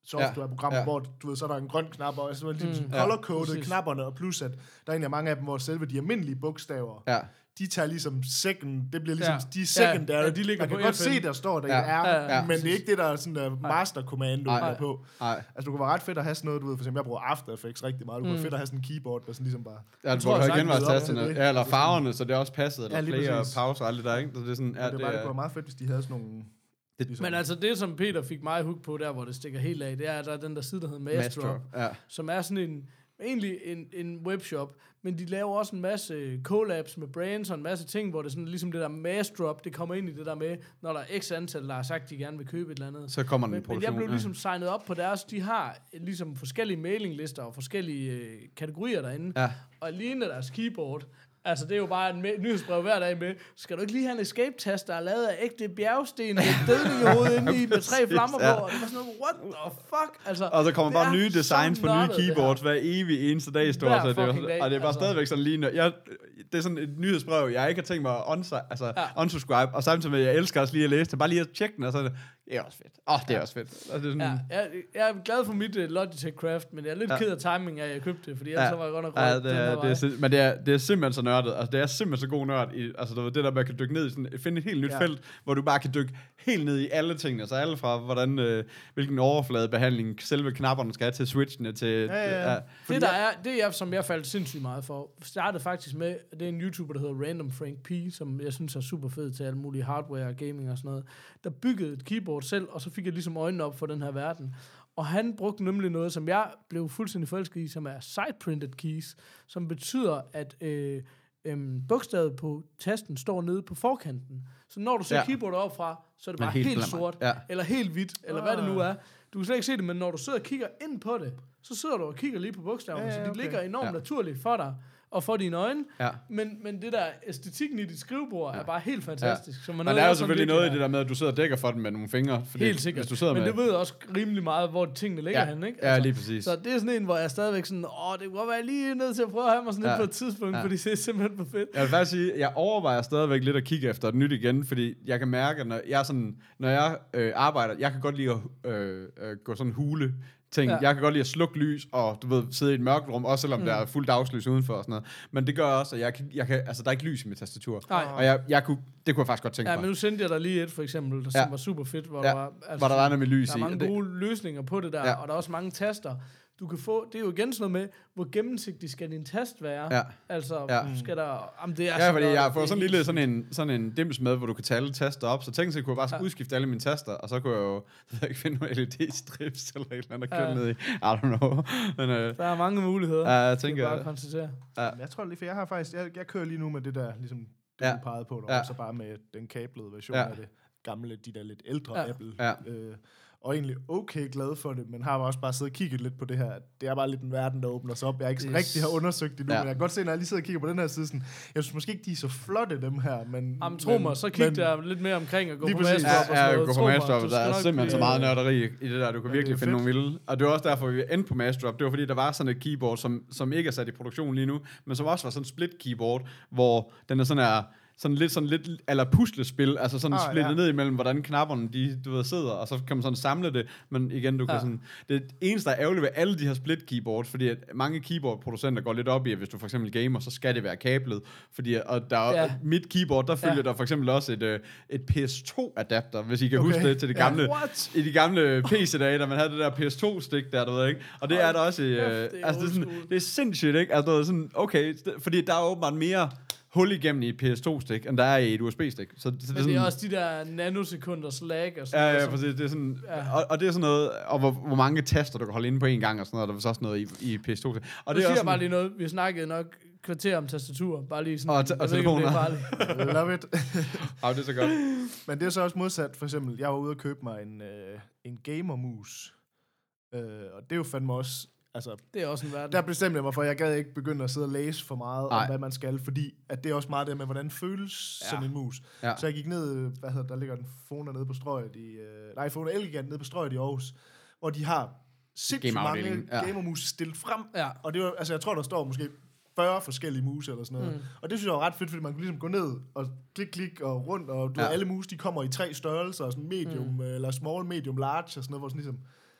softwareprogrammer,
ja.
hvor du ved, så er der en grøn knap, og så er det ligesom mm. color-coded ja, knapperne, og plus at der er egentlig mange af dem, hvor selve de almindelige bogstaver, ja. de tager ligesom second, det bliver ligesom, ja. de er secondary. Ja, ja, de ligger man kan godt F N. Se, der står der ja. i R, ja, ja, men det er ikke det, der er sådan der master commando der på. Nej. Altså, du kan være ret fedt at have sådan noget, du ved, for eksempel, jeg bruger After Effects rigtig meget, du kan mm. fedt at have sådan en keyboard, der sådan ligesom bare...
Ja, du har genvejstasterne, ja, eller farverne, så det er også passet, eller play og pause og alt det der, ikke? Så det er sådan,
ja, det er bare, det var meget fedt, hvis de havde sådan nogle...
Ligesom. Men altså det, som Peter fik mig hook på, der hvor det stikker helt af, det er, at der er den der side, der hedder Maestro, ja. som er sådan en, egentlig en, en webshop, men de laver også en masse collabs med brands og en masse ting, hvor det sådan ligesom det der Maestro, det kommer ind i det der med, når der er x antal, der har sagt, de gerne vil købe et eller andet.
Så kommer den
men,
produktion.
Men jeg blev ligesom signet op på deres, de har ligesom forskellige mailinglister og forskellige øh, kategorier derinde, ja. og alene deres keyboard. Altså, det er jo bare en me- nyhedsbrev hver dag med, skal du ikke lige have en escape-tast, der er lavet af ægte bjergsten med dødning i hovedet inde i, med tre flammer på, og det var sådan noget, what the fuck? Altså,
og så kommer bare nye designs på nye keyboards hver evig eneste dag, står så det var, dag, og det er bare altså. stadigvæk sådan lige, jeg, det er sådan et nyhedsbrev, jeg ikke har tænkt mig at unsu- altså, ja. unsubscribe, og samtidig med, jeg elsker også lige at læse det, bare lige at tjekke den, og så det er også fedt. Åh, oh, det er ja. også fedt. Altså, det er sådan...
ja, jeg, jeg er glad for mit uh, Logitech Craft, men jeg er lidt ja. ked af timing af, at jeg købte det, fordi ellers ja. var jeg godt nok
ja, det, er, det er sim- Men det er, det er simpelthen så nørdet. Altså, det er simpelthen så god nørd. I, altså, det der, man kan dykke ned i sådan, finde et helt nyt ja. felt, hvor du bare kan dykke helt ned i alle ting. Altså alle fra, hvordan, øh, hvilken overfladebehandling selve knapperne skal have til switchene til...
Ja, ja, ja. Det, der er, det er, som jeg faldt sindssygt meget for, startede faktisk med, det er en YouTuber, der hedder Random Frank P, som jeg synes er super fed til alle mulige hardware og gaming og sådan noget, der byggede et keyboard selv, og så fik jeg ligesom øjnene op for den her verden. Og han brugte nemlig noget, som jeg blev fuldstændig forelsket i, som er side-printed keys, som betyder, at øh, øh, bogstavet på tasten står nede på forkanten. Så når du ser ja. keyboardet opfra, så er det bare helt, helt sort, ja. eller helt hvidt, eller ah. hvad det nu er. Du kan slet ikke se det, men når du sidder og kigger ind på det, så sidder du og kigger lige på bogstaverne, ja, ja, okay. så de ligger enormt ja. naturligt for dig. Og for dine øjne, ja. men, men det der æstetikken i dit skrivebord ja. er bare helt fantastisk.
Ja.
Så man
men der er jo selvfølgelig noget i det der med, at du sidder og dækker for den med nogle fingre. Fordi
helt sikkert,
hvis du
men
med...
det ved også rimelig meget, hvor tingene ligger
ja.
henne, ikke?
Altså, ja, lige præcis.
Så det er sådan en, hvor jeg stadigvæk sådan, åh, det kunne godt være lige nødt til at prøve at have mig sådan ja. lidt på et tidspunkt, ja. fordi det er simpelthen for fedt.
Jeg vil faktisk sige, jeg overvejer stadigvæk lidt at kigge efter et nyt igen, fordi jeg kan mærke, når jeg, sådan, når jeg øh, arbejder, jeg kan godt lide at øh, øh, gå sådan hule ting. Ja. Jeg kan godt lide at slukke lys, og du ved, sidde i et mørkt rum, også selvom mm. der er fuldt dagslys udenfor og sådan noget. Men det gør også, at jeg kan, jeg kan, altså der er ikke lys i mit tastatur. Nej. Og jeg, jeg kunne, det kunne jeg faktisk godt tænke
ja,
mig.
Ja, men nu sendte jeg dig lige et, for eksempel, der, som ja. var super fedt, hvor,
ja.
der, var, altså,
hvor der var nemlig lys i.
Der er mange gode løsninger på det der, ja. og der er også mange taster. Du kan få, det er jo igen sådan noget med, hvor gennemsigtig skal din tast være? Ja. Altså, ja. skal der... Jamen, det er
ja, fordi jeg får sådan en lille sådan en, sådan en dims med, hvor du kan tage alle taster op, så tænk sig, kunne jeg bare ja. udskifte alle mine taster, og så kunne jeg jo jeg ikke finde nogle L E D-strips eller et eller andet, der ja. ned i. I don't know. Men, øh,
der er mange muligheder.
Ja, jeg tænker...
Jeg bare konstatere.
Ja. Jeg tror lige, for jeg har faktisk... Jeg, jeg kører lige nu med det der, ligesom det, ja. du pegede på, der, ja. og så bare med den kablede version ja. af det gamle, de der lidt ældre ja. Apple. Ja. Øh, og egentlig okay glad for det, men har også bare siddet og kigget lidt på det her. Det er bare lidt en verden, der åbner sig op. Jeg har ikke yes. rigtig har undersøgt det nu, ja. men jeg kan godt se, når jeg lige sidder og kigger på den her side, sådan, jeg synes måske ikke, de er så flotte, dem her, men...
Jamen, tro mig, så kig der lidt mere omkring og gå på Maestro
ja, og sådan noget. Ja, gå på Maestro, der er simpelthen så meget nørderi i det der, du kan ja, virkelig finde nogle vilde. Og det var også derfor, vi endte på Maestro. Det var fordi, der var sådan et keyboard, som, som ikke er sat i produktion lige nu, men som også var sådan et split keyboard, hvor den er sådan her... sådan lidt sådan lidt eller puslespil, altså sådan ah, splittet ja. ned imellem, hvordan knapperne de, du ved, sidder, og så kan man sådan samle det, men igen, du ja. kan sådan, det eneste, der er ærgerligt ved alle de her split keyboards, fordi at mange keyboard-producenter går lidt op i, at hvis du for eksempel gamer, så skal det være kablet, fordi, og der er, ja. mit keyboard, der følger ja. der for eksempel også et, et P S to adapter, hvis I kan okay. huske det, til det gamle, ja. i de gamle P C-dage, da man havde det der P S to stik der, du ved ikke, og det er der også, øh, det er altså det er, sådan, det er sindssygt, ikke, altså det er sådan, okay, fordi der er åbenbart mere hul igennem i et P S to-stik, end der er i et U S B-stik. Så, så
men
det er,
det
sådan,
er også de der nanosekunders lag og sådan
ja,
noget.
Ja, præcis. Det er sådan, ja. og, og det er sådan noget, og hvor, hvor mange taster du kan holde inde på en gang, og sådan noget, og der er også noget i, i P S to. Og
det
er
siger
også
bare lige noget. Vi snakkede nok kvarter om tastatur. Bare lige sådan.
Og, t- og telefoner.
Love it.
Ja, det er så godt.
Men det er så også modsat. For eksempel, jeg var ude og købe mig en, øh, en gamer-mus. Øh, og det er jo fandme også... Altså,
det er også en verden.
Der bestemte jeg mig for, at jeg gad ikke begynde at sidde og læse for meget Ej. om, hvad man skal, fordi at det er også meget det med, hvordan føles ja. sådan en mus. Ja. Så jeg gik ned, hvad hedder der ligger en Fona nede på Strøget i, uh, nej, Fona Elgigant nede på Strøget i Aarhus, hvor de har sindssygt mange ja. gamermus stillet frem, ja. og det var, altså jeg tror, der står måske fyrre forskellige mus eller sådan noget. Mm. Og det synes jeg var ret fedt, fordi man kunne ligesom gå ned og klik, klik og rundt, og du ja. ved, alle mus, de kommer i tre størrelser, sådan medium, mm. eller small, medium, large, og sådan noget, hvor sådan ligesom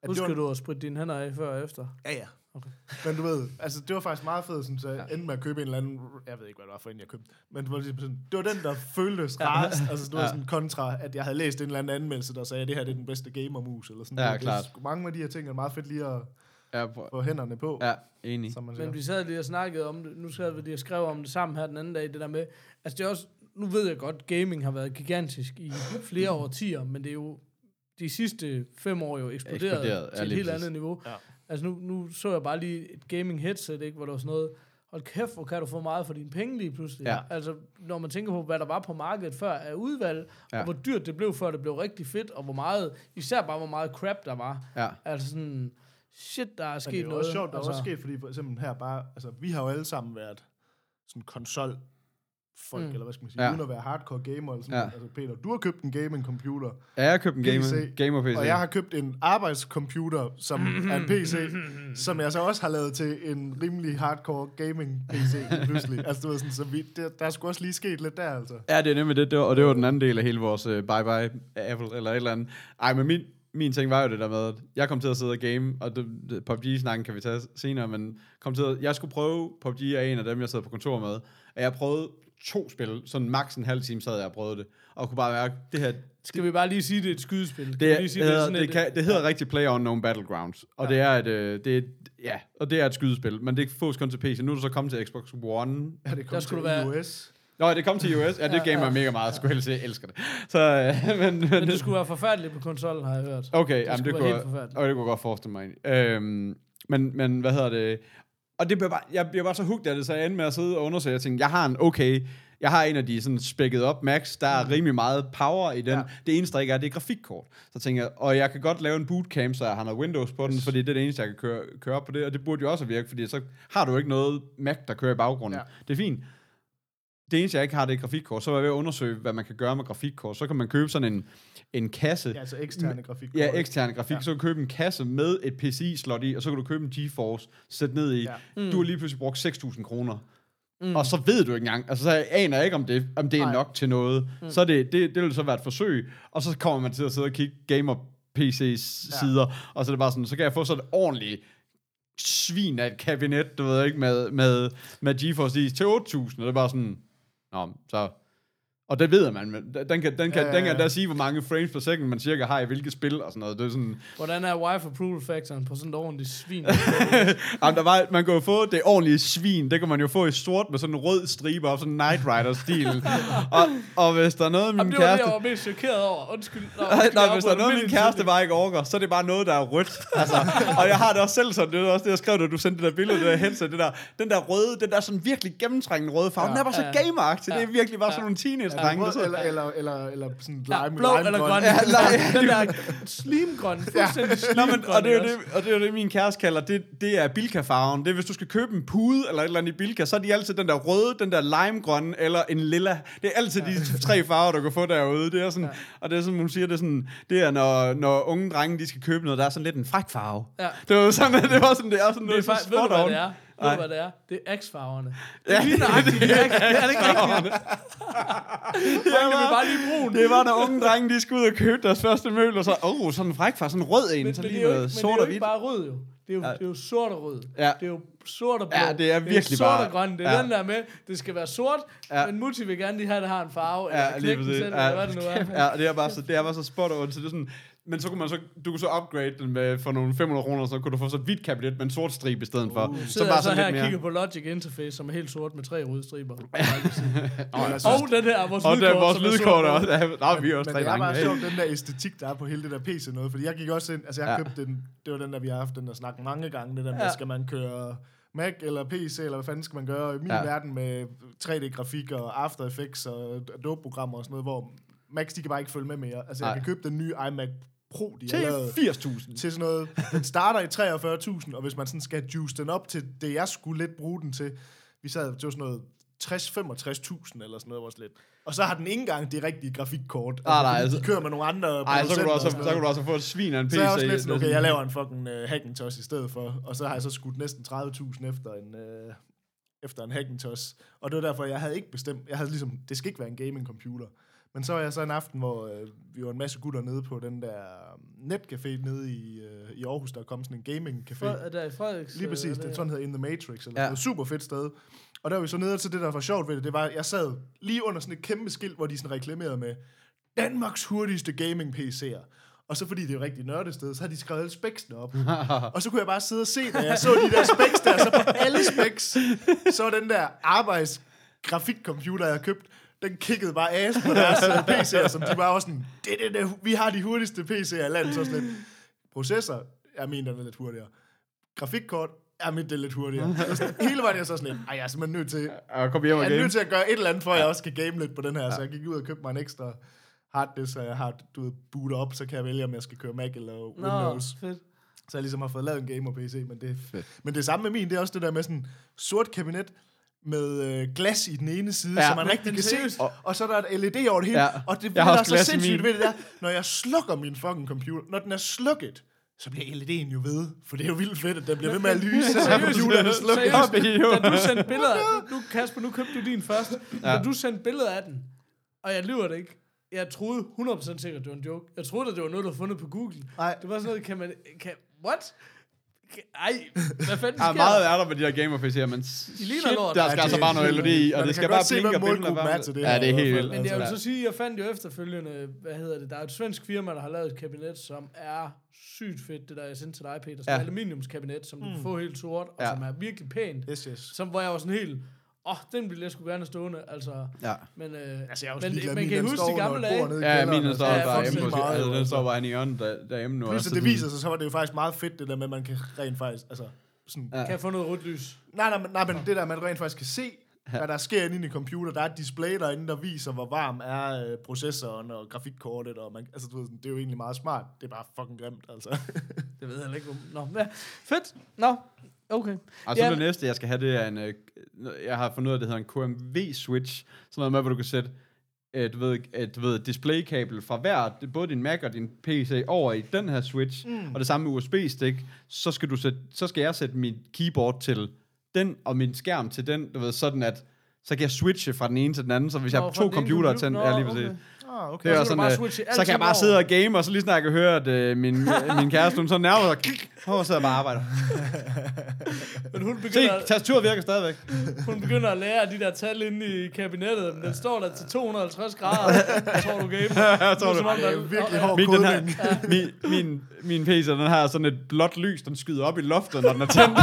Husker du at spritte dine hænder af før og efter?
Ja, ja.
Okay.
Men du ved, altså det var faktisk meget fedt, sådan, så jeg endte med at købe en eller anden, jeg ved ikke, hvad det var for en, jeg købte, men det var, ligesom sådan, det var den, der føltes rarest, altså det var ja. sådan kontra, at jeg havde læst en eller anden anmeldelse, der sagde, at det her det er den bedste gamermus, eller sådan
ja,
det,
klart.
Det, mange af de her ting er meget fedt lige at
ja,
få hænderne på.
Ja, enig.
Men vi sad lige og snakkede om det, nu sad vi lige og skrev om det sammen her den anden dag, det der med, altså det er også, nu ved jeg godt, gaming har været gigantisk i flere årtier, men det er jo de sidste fem år jo eksploderet, eksploderet. til et helt andet niveau. Ja. Altså nu, nu så jeg bare lige et gaming headset, ikke, hvor der var sådan noget, hold kæft, hvor kan du få meget for dine penge lige pludselig. Ja. Altså når man tænker på, hvad der var på markedet før af udvalg, ja. og hvor dyrt det blev, før det blev rigtig fedt, og hvor meget, især bare hvor meget crap der var. Ja. Altså sådan, shit, der er sket noget.
Det er også sjovt, der altså, er også sket, fordi for eksempel her bare, altså vi har jo alle sammen været sådan konsol folk, mm. eller hvad skal man sige, ja. uden at være hardcore gamer, eller sådan ja. Altså Peter, du har købt en gaming computer.
Ja, jeg har købt en gamer, gamer P C.
Og jeg har købt en arbejdscomputer, som er en P C, som jeg så også har lavet til en rimelig hardcore gaming P C, pludselig. Altså, du ved sådan, så vi, der, der skulle også lige sket lidt der, altså.
Ja, det er nemlig det, det var, og det var den anden del af hele vores uh, bye-bye Apple, eller et eller andet. Ej, men min, min ting var jo det der med, at jeg kom til at sidde og game, og det, det, P U B G-snakken kan vi tage senere, men kom til at, jeg skulle prøve P U B G af en af dem, jeg sad på kontor med, og jeg prøvede to spil, sådan maks en halv time sad jeg og prøvede det, og kunne bare mærke, det her...
Skal vi bare lige sige, det er et skydespil?
Det, er, sige, det, det, det, kan, det hedder ja. rigtig PlayerUnknown Battlegrounds, og ja. det er et, det er, ja, og det er et skydespil, men det fås kun til P C. Nu er det så kommet til Xbox One.
Ja, det kom til være... U S.
Nå, det kom til U S. Ja, det gamer ja, ja. mega meget. Jeg skulle helst sige, jeg elsker det. Så, øh, men, men,
men det skulle være forfærdeligt på konsollen, har jeg hørt.
Okay,
det,
jamen, det, kunne, og det kunne godt forestille mig. Øhm, men, men hvad hedder det... Og det bliver bare, jeg bliver bare så hooked af det, så jeg endte med at sidde og undersøge. Jeg tænkte, jeg har en okay... Jeg har en af de sådan spækket op max, der er mm. rimelig meget power i den. Ja. Det eneste, der ikke er, det er grafikkort. Så tænker jeg, og jeg kan godt lave en bootcamp, så jeg har noget Windows på den, fordi det er det eneste, jeg kan køre, køre op på det, og det burde jo også virke, fordi så har du ikke noget Mac, der kører i baggrunden. Ja. Det er fint. Det eneste, jeg ikke har, det er grafikkort. Så var jeg ved at undersøge, hvad man kan gøre med grafikkort. Så kan man købe sådan en, en kasse.
Ja, altså eksterne grafikkort.
Ja, eksterne grafik. Ja. Så kan du købe en kasse med et P C I-slot i, og så kan du købe en GeForce, sætte ned i. Ja. Mm. Du har lige pludselig brugt seks tusind kroner. Mm. Og så ved du ikke engang, altså så aner jeg ikke, om det, om det er Ej. nok til noget. Mm. Så det, det, det vil så være et forsøg, og så kommer man til at sidde og kigge gamer-P C's sider, ja. og så er det bare sådan, så kan jeg få sådan et ordentligt svin af et kabinet, du ved ikke, med, med, med GeForce i til otte tusind, og det er bare sådan, nå, så... Og det ved man, men den kan, den kan, ja, ja, ja. den kan da sige, hvor mange frames per second man cirka har i hvilket spil og sådan noget. Det er sådan...
Hvordan er wife approval factoren på sådan et ordentligt svin?
Jamen, der var, man kan jo få det ordentlige svin, det kan man jo få i sort med sådan en rød stribe og sådan en Knight Rider-stil. og, og hvis der er noget, min
Jamen, det
kæreste...
det, jeg var mest chokeret over. Undskyld. Nå, undskyld
nej, hvis der er noget, min kæreste bare ikke orker, så er det bare noget, der er rødt. Altså, og jeg har det også selv sådan, det er også det, jeg skrev, da du sendte det der billede, det der headset, det der, den der røde, den der sådan virkelig gennemtrængende røde farve, ja, den er bare så ja, gameragtig, ja, det er virkelig bare ja, sådan nogle teenage-drenge, der sidder.
Eller, eller, eller sådan
ja,
lime,
blå
lime
eller grøn.
Ja, nej.
Den der slimgrøn. Fuldstændig slimgrøn.
Og det er jo det, og det er jo det, min kæreste kalder, det, det er Bilka-farven. Det er, hvis du skal købe en pude eller et eller andet i Bilka, så er de altid den der røde, den der limegrønne eller en lilla. Det er altid ja. de tre farver, du kan få derude. Det er sådan, ja. Og det er sådan, hun siger, det er sådan, det er, når, når unge drenge, de skal købe noget, der er sådan lidt en fræk farve. Ja. Det var sådan, det var sådan, det er sådan, det er
faktisk, ved du, hvad det er? Ved du, hvad det er? Det er X-farverne. Det er lige nøjagtigt. Det er ikke rigtigt. Det var bare lige brun.
Det var, når unge drenge, de skulle ud og købe deres første møbler, så åh, oh, sådan en fræk farve, sådan en rød en,
men,
så
men
lige noget sort og hvidt.
Men det er jo ikke bare rød, jo. Det er jo, ja. det er jo sort og rød. Ja. Det er jo sort og blå.
Ja, det er virkelig
det er sort
bare...
og grøn. Det er ja. den der med, det skal være sort, ja. men Mutti vil gerne lige have, det har en farve. Ja, eller knække den selv, ja. eller hvad det nu er.
Ja, det er bare så, det er bare så spot on, så det er sådan... Men så kunne man så, du kunne så upgrade den med, for nogle fem hundrede kroner, så kunne du få så et hvidt kabinet med en sort stribe i stedet for.
Uh, så bare så her og kigger på Logic Interface, som er helt sort med tre røde striber. Og den her, vores
og
lydkort,
og vores lydkort også. Ja, nej, vi er også
men,
tre
men det er bare
hey.
sjovt, den der æstetik, der er på hele det der P C noget, fordi jeg gik også ind, altså jeg ja. købte den, det var den der, vi har haft den der snak mange gange, det der med, ja. skal man køre Mac eller P C, eller hvad fanden skal man gøre i min ja. verden med tre D-grafik og After Effects og Adobe-programmer og sådan noget, hvor Macs, de kan bare ikke følge med mere. Altså, jeg Ej. kan købe den nye iMac Pro, de har lavet
firs tusind.
Til sådan noget. Den starter i treogfyrre tusind, og hvis man sådan skal juice den op til det, jeg skulle lidt bruge den til, vi sad til sådan noget tres til femogtres tusind eller sådan noget, var lidt. Og så har den ikke engang de rigtige grafikkort. Altså,
ah, nej, altså,
de kører med nogle andre
ej, så kan du også, så kan du også få et svin af en P C.
Så er jeg også lidt sådan, okay, jeg laver en fucking uh, Hackintosh i stedet for, og så har jeg så skudt næsten tredive tusind efter en... Uh, efter en Hackintosh. Og det var derfor, jeg havde ikke bestemt, jeg havde ligesom, det skal ikke være en gaming computer. Men så var jeg så en aften, hvor øh, vi var en masse gutter nede på den der netcafé nede i, øh, i Aarhus, der kom sådan en gaming-café.
For, der er Frederiks...
Lige præcis, den sådan hedder In The Matrix, eller
ja.
sådan et super fedt sted. Og der var vi så nede til det, der var sjovt ved det, det var, jeg sad lige under sådan et kæmpe skilt, hvor de sådan reklamerede med Danmarks hurtigste gaming-P C'er. Og så fordi det er jo rigtig nørdested, så har de skrevet alle specsene op. Og så kunne jeg bare sidde og se, da jeg så de der specs der, så på alle specs, så den der arbejdsgrafikcomputer, jeg købt, den kiggede bare ass på deres P C'er, som de bare var sådan, det, det, det, vi har de hurtigste P C'er i landet, så sådan lidt. Processor, jeg mener, den er lidt hurtigere. Grafikkort, jeg mener, det er lidt hurtigere. Hele vejen er så sådan lidt, ej, jeg er simpelthen nødt til,
jeg, kom hjem
jeg er
game.
nødt til at gøre et eller andet, for at jeg også kan game lidt på den her, ja. Så jeg gik ud og købte mig en ekstra harddisk, så jeg har, du ved, bootet op, så kan jeg vælge, om jeg skal køre Mac eller Windows.
Nå, fedt.
Så jeg ligesom har fået lavet en gamer-P C, men det, men det samme med min, det er også det der med sådan sort kabinet, med øh, glas i den ene side, ja. Så man rigtig kan se, og, og så er der et L E D over det hele, ja. Og det der er så sindssygt ved det der, når jeg slukker min fucking computer, når den er slukket, så bliver L E D'en jo ved, for det er jo vildt fedt, at den bliver ved med at lyse, så er computeren er slukket.
Da du sendte billeder af den, nu Kasper, nu købte du din først, ja. Da du sendte billeder af den, og jeg lyver det ikke, jeg troede hundrede procent sikkert, det var en joke. Jeg troede, at det var noget, du havde fundet på Google. Nej. Det var sådan noget, kan man... Kan, what? Ej, hvad fanden sker?
Ja, meget er der med de her gamer-P C'er, men
de ligner lort.
Der skal ja, altså bare noget L E D i, og det skal bare blinke og billeder.
Til det
ja, det er helt vildt.
Men jeg vil så sige, jeg fandt jo efterfølgende, hvad hedder det, der er et svensk firma, der har lavet et kabinet, som er sygt fedt, det der jeg sendte til dig, Peter. Som ja. Aluminiumskabinet, som du mm. kan få helt sort, og ja. Som er virkelig pænt.
Yes, yes.
Som, hvor jeg var sådan helt... Åh, oh, den ville jeg sgu gerne stående, altså. Ja. Men, øh,
altså, jeg
men man kan huske de gamle dage.
Ja, min står bare hjemme på altså, den står bare i hjørnet derhjemme nu.
Plus, det viser sig, så var det jo faktisk meget fedt, det der med, at man kan rent faktisk, altså...
Sådan, ja. Kan jeg få noget rødt lys?
Nej, nej, nej, men det der, man rent faktisk kan se, ja. Hvad der sker inde i computer, der er et display derinde, der viser, hvor varm er øh, processoren og grafikkortet, og man, altså, du ved, det er jo egentlig meget smart. Det er bare fucking grimt, altså.
Det ved jeg ikke, om... Nå, ja. Fedt. Nå, okay.
Og så ja. Det næste, jeg skal have, det er en... Øh, jeg har fundet ud af, det hedder en Q M V-switch. Sådan noget med, hvor du kan sætte et, du ved, et du ved, displaykabel fra hver, både din Mac og din P C, over i den her switch, mm. og det samme med U S B-stik. Så skal, du sætte, så skal jeg sætte mit keyboard til den, og min skærm til den, du ved, sådan at så kan jeg switche fra den ene til den anden, så hvis Nå, jeg har to computere til den, er lige ved okay. Ah, okay. Det er så, sådan, øh, så kan jeg bare sidde og game, og så lige snart jeg kan høre, at øh, min, min kæreste, hun så nærmere, og klik, og sidder bare og arbejder.
Men hun begynder,
se, tastatur virker stadigvæk.
Hun begynder at lære de der tal inde i kabinettet, men den står der til to hundrede og halvtreds grader. Jeg tror, du game.
Jeg tror, du.
Det er virkelig hård kodning.
Min, min, min P C, den har sådan et blåt lys, den skyder op i loftet, når den er tændt.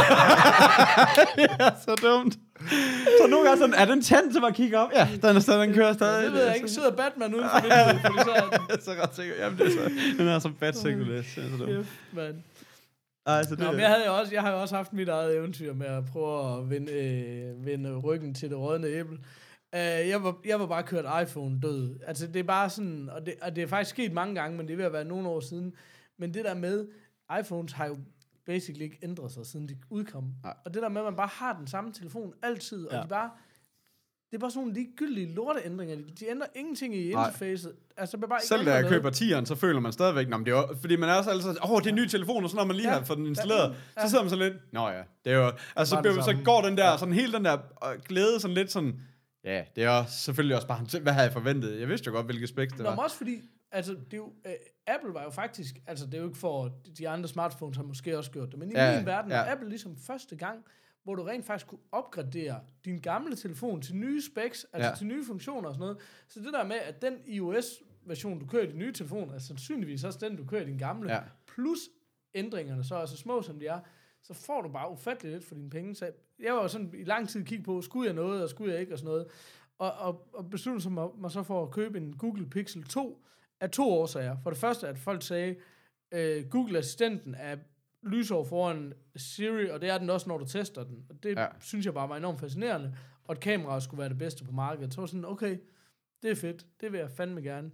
Det er så dumt. Så nogle gange sådan, er den tændt til at kigge op? Ja, den er stadig, den kører stadig.
Ja, det ved jeg ikke. Sidder Batman uden for vinduet, fordi så er den...
så ret sikker. Jamen, det er så, den er så Bat-sikker, det er så dumt.
Man.
Altså, det
Nå, men jeg, havde jo også, jeg har jo også haft mit eget eventyr med at prøve at vende, øh, vende ryggen til det rådne æble. Uh, jeg, var, jeg var bare kørt iPhone død. Altså, det er bare sådan, og det, og det er faktisk sket mange gange, men det er ved at være nogle år siden. Men det der med, iPhones har jo basically ikke ændret sig, siden de udkom. Ja. Og det der med, at man bare har den samme telefon altid, ja. Og de bare... Det er bare sådan nogle ligegyldige lorteændringer. De ændrer ingenting i interfacet. Altså, bare ikke
selv da jeg køber tieren, så føler man stadigvæk, det er, fordi man er også altid, åh, oh, det er en ny telefon, og så når man lige ja. Har fået den installeret, ja. Så sidder man så lidt, nå ja, det er jo, altså, så, så går den der, sådan hele den der glæde, sådan lidt sådan, ja, det er selvfølgelig også bare, hvad havde jeg forventet? Jeg vidste jo godt, hvilke specs det
nå,
var.
Men også fordi, altså, det er jo, uh, Apple var jo faktisk, altså, det er jo ikke for, de andre smartphones har måske også gjort det, men i ja, min verden, ja. Var Apple ligesom første gang, hvor du rent faktisk kunne opgradere din gamle telefon til nye specs, altså ja. Til nye funktioner og sådan noget. Så det der med, at den iOS-version, du kører i din nye telefon, er sandsynligvis også den, du kører i din gamle, ja. Plus ændringerne, så er så små som de er, så får du bare ufatteligt lidt for dine penge. Så jeg var jo sådan i lang tid kigge på, skulle jeg noget, og skulle jeg ikke, og sådan noget. Og, og, og besluttede mig, mig så for at købe en Google Pixel to af to årsager. For det første, at folk sagde, øh, Google-assistenten er lysår foran Siri, og det er den også, når du tester den. Og det ja. Synes jeg bare var enormt fascinerende. Og et kamera skulle være det bedste på markedet. Så var sådan, okay, det er fedt. Det vil jeg fandme gerne.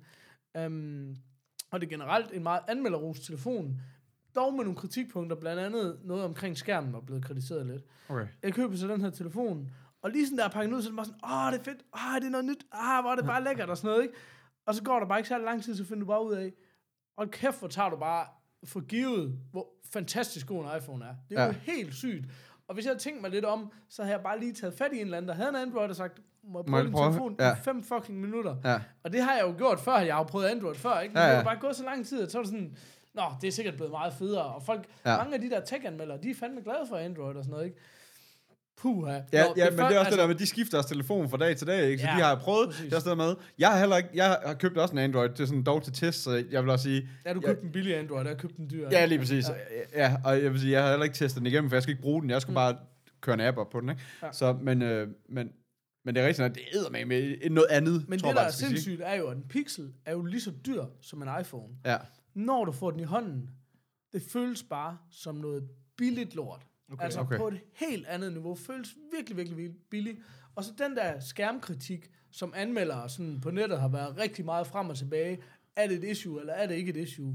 Um, og det er generelt en meget anmelderros telefon. Dog med nogle kritikpunkter, blandt andet noget omkring skærmen var blevet kritiseret lidt. Okay. Jeg køber så den her telefon, og lige sådan der pakket ud, så er det bare sådan, åh, det er fedt, åh, det er noget nyt, åh, hvor er det bare lækkert og sådan noget, ikke? Og så går der bare ikke så lang tid, så finder du bare ud af, og kæft, hvor tager du bare for givet, hvor fantastisk god en iPhone er. Det er ja. Jo helt sygt. Og hvis jeg havde tænkt mig lidt om, så havde jeg bare lige taget fat i en eller anden, der havde en Android og sagt, må jeg
Må
prøve
jeg
din
prøve?
telefon
Ja.
i fem fucking minutter.
Ja.
Og det har jeg jo gjort før, jeg har jo prøvet Android før, ikke? Men
Ja, ja.
det har bare gået så lang tid, at så var det sådan, nå, det er sikkert blevet meget federe. Og folk,
Ja.
mange af de der tech-anmeldere, de er fandme glade for Android og sådan noget, ikke? Puha.
Ja,
Nå,
ja,
det
men det er også
altså,
det der med, de skifter også telefon fra dag til dag, ikke? Så
Ja,
de har prøvet,
præcis.
det er også det der med, jeg har heller ikke, jeg har købt også en Android, det er sådan dog til test, så jeg vil også sige,
Ja, du købte en billig Android, jeg købte en dyr.
ja, lige præcis, ja. ja, og jeg vil sige, jeg har heller ikke testet den igennem, for jeg skal ikke bruge den, jeg skal mm. bare køre en app op på den, ikke?
Ja.
Så, men, øh, men, men det er rigtigt, at det æder med, med noget andet,
Men
tror
det,
jeg,
der er
jeg skal sige.
sindssygt, er jo, at en Pixel er jo lige så dyr som en iPhone.
Ja.
Når du får den i hånden, det føles bare som noget billigt lort. Okay, altså
okay.
på et helt andet niveau. Føles virkelig, virkelig, virkelig billigt. Og så den der skærmkritik, som anmeldere sådan på nettet har været rigtig meget frem og tilbage. Er det et issue, eller er det ikke et issue?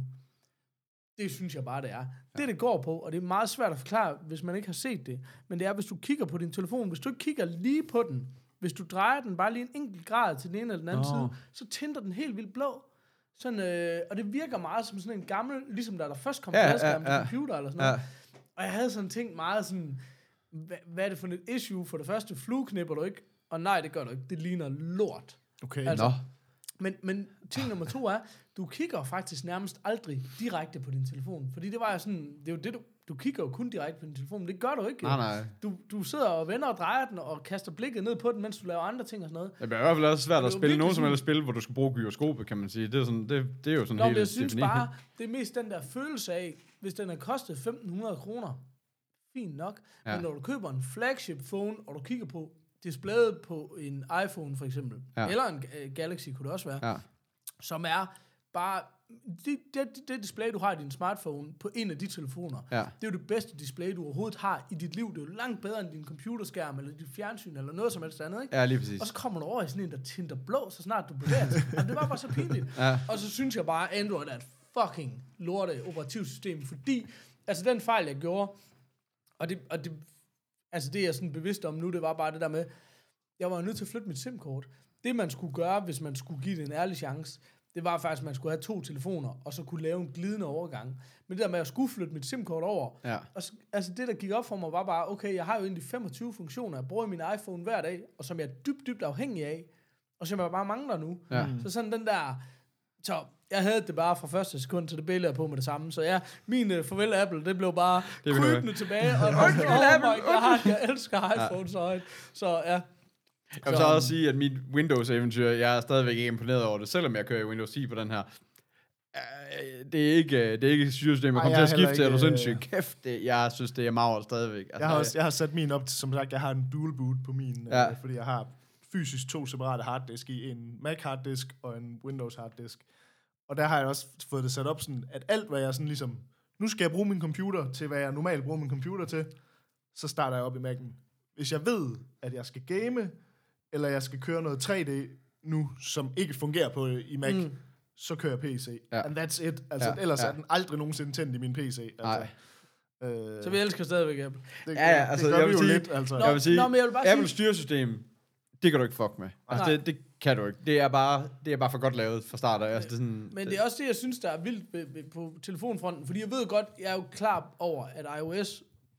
Det synes jeg bare, det er. Ja. Det, det går på, og det er meget svært at forklare, hvis man ikke har set det, men det er, hvis du kigger på din telefon, hvis du ikke kigger lige på den, hvis du drejer den bare lige en enkelt grad til den ene eller den anden
Nå.
side, så tinter den helt vildt blå. Sådan, øh, og det virker meget som sådan en gammel, ligesom da der først kom
Ja,
fladskærm
ja, ja.
på computer eller sådan noget.
Ja.
Og jeg havde sådan tænkt meget sådan, hvad, hvad er det for et issue? For det første, flueknipper du ikke? Og nej, det gør du ikke. Det ligner lort.
Okay.
Altså,
Nå.
Men, men ting nummer to er, du kigger faktisk nærmest aldrig direkte på din telefon. Fordi det var jo sådan, det er jo det, du, du kigger jo kun direkte på din telefon, men det gør du ikke.
Nej, nej.
Du, du sidder og vender og drejer den, og kaster blikket ned på den, mens du laver andre ting og sådan noget.
Det er i hvert fald også svært
Og
at
det er jo
spille nogen
virkelig
som helst spil, hvor du skal bruge gyroskopet, kan man sige. Det er, sådan, det, det er jo sådan
Nå,
helt
men jeg synes
defineret.
bare, det er mest den der følelse af, hvis den har kostet femten hundrede kroner, fint nok, ja. Men når du køber en flagship phone, og du kigger på displayet på en iPhone for eksempel, ja. Eller en uh, Galaxy kunne det også være,
Ja.
som er bare, det, det, det display, du har i din smartphone på en af de telefoner,
Ja.
det er jo det bedste display, du overhovedet har i dit liv. Det er jo langt bedre end din computerskærm, eller dit fjernsyn, eller noget som helst andet, ikke?
Ja, lige præcis.
Og så kommer du over i sådan en, der tinter blå, så snart du bevæger dig. Jamen, det var bare så pinligt.
Ja.
Og så synes jeg bare, at Android er et fucking lorte operativsystem, fordi, altså den fejl, jeg gjorde, og det, og det, altså det er jeg sådan bevidst om nu, det var bare det der med, jeg var nødt til at flytte mit SIM-kort. Det man skulle gøre, hvis man skulle give det en ærlig chance, det var faktisk, at man skulle have to telefoner, og så kunne lave en glidende overgang. Men det der med, at jeg skulle flytte mit SIM-kort over,
Ja.
og så, altså det, der gik op for mig, var bare, okay, jeg har jo egentlig femogtyve funktioner, jeg bruger min iPhone hver dag, og som jeg er dybt, dybt afhængig af, og som jeg bare mangler nu.
Ja.
Så sådan den der, så jeg havde det bare fra første sekund til det billede på med det samme, så ja, min uh, farvel Apple, det blev bare
blev
krybende tilbage, og jeg var sådan, oh my god, jeg elsker iPhone så højt. Så ja.
Jeg vil så også sige, at mit Windows-eventyr, jeg er stadigvæk ikke imponeret over det, selvom jeg kører i Windows ti på den her. Øh, Det er ikke, det er ikke et styresystem, jeg
Ej,
kommer
jeg
til at
er
skifte til, er du
heller
sindssygt. Kæft, det, jeg synes, det er meget stadigvæk. Altså,
Jeg har, også, jeg har sat min op til, som sagt, jeg har en dual boot på min,
Ja.
øh, fordi jeg har fysisk to separate harddisk i, en Mac harddisk og en Windows harddisk. Og der har jeg også fået det sat op sådan, at alt, hvad jeg sådan ligesom, nu skal jeg bruge min computer til, hvad jeg normalt bruger min computer til, så starter jeg op i Mac'en. Hvis jeg ved, at jeg skal game, eller jeg skal køre noget tre D nu, som ikke fungerer på i Mac, mm. så kører jeg P C.
Ja.
And that's it. Altså,
Ja,
ellers
ja.
er den aldrig nogensinde tændt i min P C. Altså.
Nej.
Øh, så vi elsker stadigvæk Apple.
Det,
Ja, ja, altså,
det gør
jeg
vi
vil
jo
sige-
lidt, altså.
Nå,
Jeg vil sige,
Nå, men jeg vil bare
Apples
sige-
styresystem, det kan du ikke fuck med. Altså,
Nej.
det, det kan du ikke. Det er bare, det er bare for godt lavet fra start af. Altså, det er sådan,
Men det er også det, jeg synes, der er vildt ved, ved, på telefonfronten, fordi jeg ved godt, jeg er jo klar over, at iOS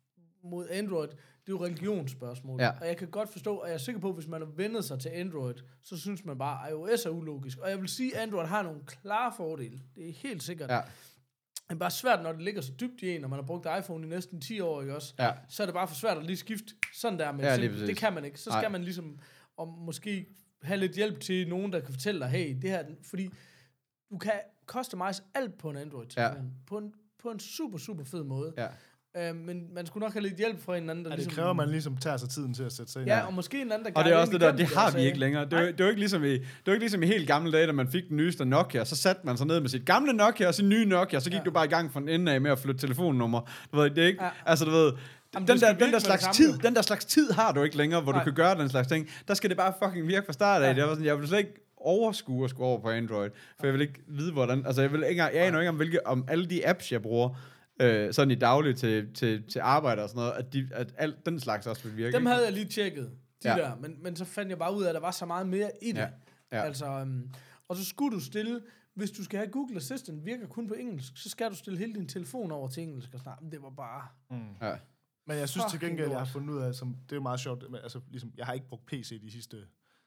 mod Android, det er jo religionsspørgsmål.
Ja.
Og jeg kan godt forstå, og jeg er sikker på, at hvis man har vendet sig til Android, så synes man bare, at iOS er ulogisk. Og jeg vil sige, at Android har nogle klare fordele. Det er helt sikkert.
Ja.
Det er bare svært, når det ligger så dybt i en, og man har brugt iPhone i næsten ti år, ikke også?
Ja.
Så er det bare for svært at lige skifte sådan der med
Ja,
sim.
lige præcis.
Det kan man ikke. Så
Nej.
skal man ligesom om måske have lidt hjælp til nogen, der kan fortælle dig, hey, det her, fordi du kan customize alt på en Android-telefon. Ja. På, en, på en super, super fed måde.
Ja.
Uh, men man skulle nok have lidt hjælp fra en anden, der
Ja, det
ligesom...
kræver, at man ligesom tager sig tiden til at sætte sig ind.
Ja, og måske en anden, der
Og det er
guider
også
ind
det der,
igennem
det har
og
vi
sagde,
ikke længere. Det er,
nej.
jo- det er jo ikke ligesom i, det er jo ikke ligesom i helt gamle dage, da man fik den nyeste Nokia, så satte man sig ned med sit gamle Nokia og sin nye Nokia, så gik
Ja.
du bare i gang fra den ende af med at flytte telefonnummer. Du ved, det er ikke,
Ja.
altså du ved,
Jamen,
den
det skal
der,
virke
den der
med
slags
det
tid,
samme, jo.
den der slags tid har du ikke længere, hvor
Nej.
du kan gøre den slags ting. Der skal det bare fucking virke fra start af.
Ja.
Det var sådan, jeg vil slet ikke overskue at skulle over på Android, for jeg vil ikke vide, hvordan, altså jeg vil ikke engang, jeg aner ikke om, hvilke, om alle de apps, jeg bruger, øh, sådan i daglig til, til, til arbejde og sådan noget, at, de, at alt den slags også vil virke.
Dem
ikke?
havde jeg lige tjekket, de
Ja.
der, men, men så fandt jeg bare ud af, at der var så meget mere i det.
Ja. Ja.
Altså, um, og så skulle du stille, hvis du skal have Google Assistant, virker kun på engelsk, så skal du stille hele din telefon over til engelsk og snart. Men det var bare...
Mm.
Ja.
Men jeg synes Fucking til gengæld, jeg har fundet ud af, som, det er meget sjovt, altså ligesom, jeg har ikke brugt P C de sidste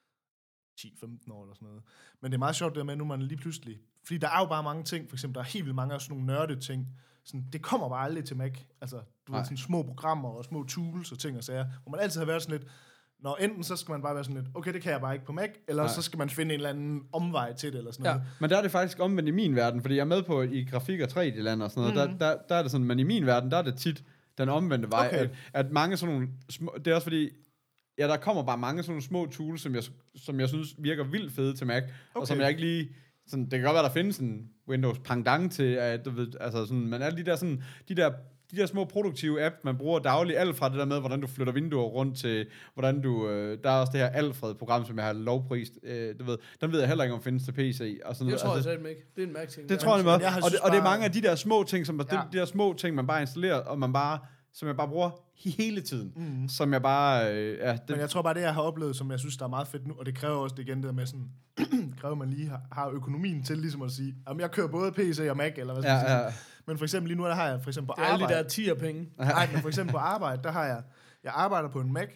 ti femten år eller sådan noget. Men det er meget sjovt det med, nu man lige pludselig, fordi der er jo bare mange ting, for eksempel der er helt vildt mange af sådan nogle nørde ting, sådan, det kommer bare aldrig til Mac. Altså, du ved, sådan små programmer og små tools og ting og sager, hvor man altid har været sådan lidt, når enten så skal man bare være sådan lidt, okay, det kan jeg bare ikke på Mac, eller Nej. så skal man finde en eller anden omvej til det, eller sådan ja. noget.
Men der er det faktisk omvendt i min verden, fordi jeg er med på i grafik og tre D-land og sådan noget, mm. der, der, der er det sådan, men i min verden, der er det tit den omvendte vej, okay. at, at mange sådan nogle, små, det er også fordi, ja, der kommer bare mange sådan nogle små tools, som jeg, som jeg synes virker vildt fede til Mac, okay. og som jeg ikke lige, sådan, det kan godt være, der findes en Windows pendant til, at du ved, altså sådan, men alle de der sådan, de der de der små produktive app, man bruger dagligt, alt fra det der med, hvordan du flytter vinduer rundt til, hvordan du, øh, der er også det her Alfred-program, som jeg har lovprist, øh, du ved, den ved jeg heller ikke, om findes til P C. Og sådan,
det tror
altså,
jeg selv ikke. Det er en Mac-ting.
Det tror jeg meget. Og, det, og det er mange af de der små ting, som ja. de, de der små ting, man bare installerer, og man bare, som jeg bare bruger hele tiden, mm. som jeg bare, øh, ja. Det,
Men jeg tror bare, det jeg har oplevet, som jeg synes, der er meget fedt nu, og det kræver også det igen, det med sådan, kræver man lige har, har økonomien til, ligesom at sige, jamen jeg kører både P C og Mac, eller hvad skal ja, ja. Men for eksempel lige nu, der har jeg for eksempel på
det er
arbejde.
alle de der tier penge.
Nej, men for eksempel på arbejde, der har jeg, jeg arbejder på en Mac,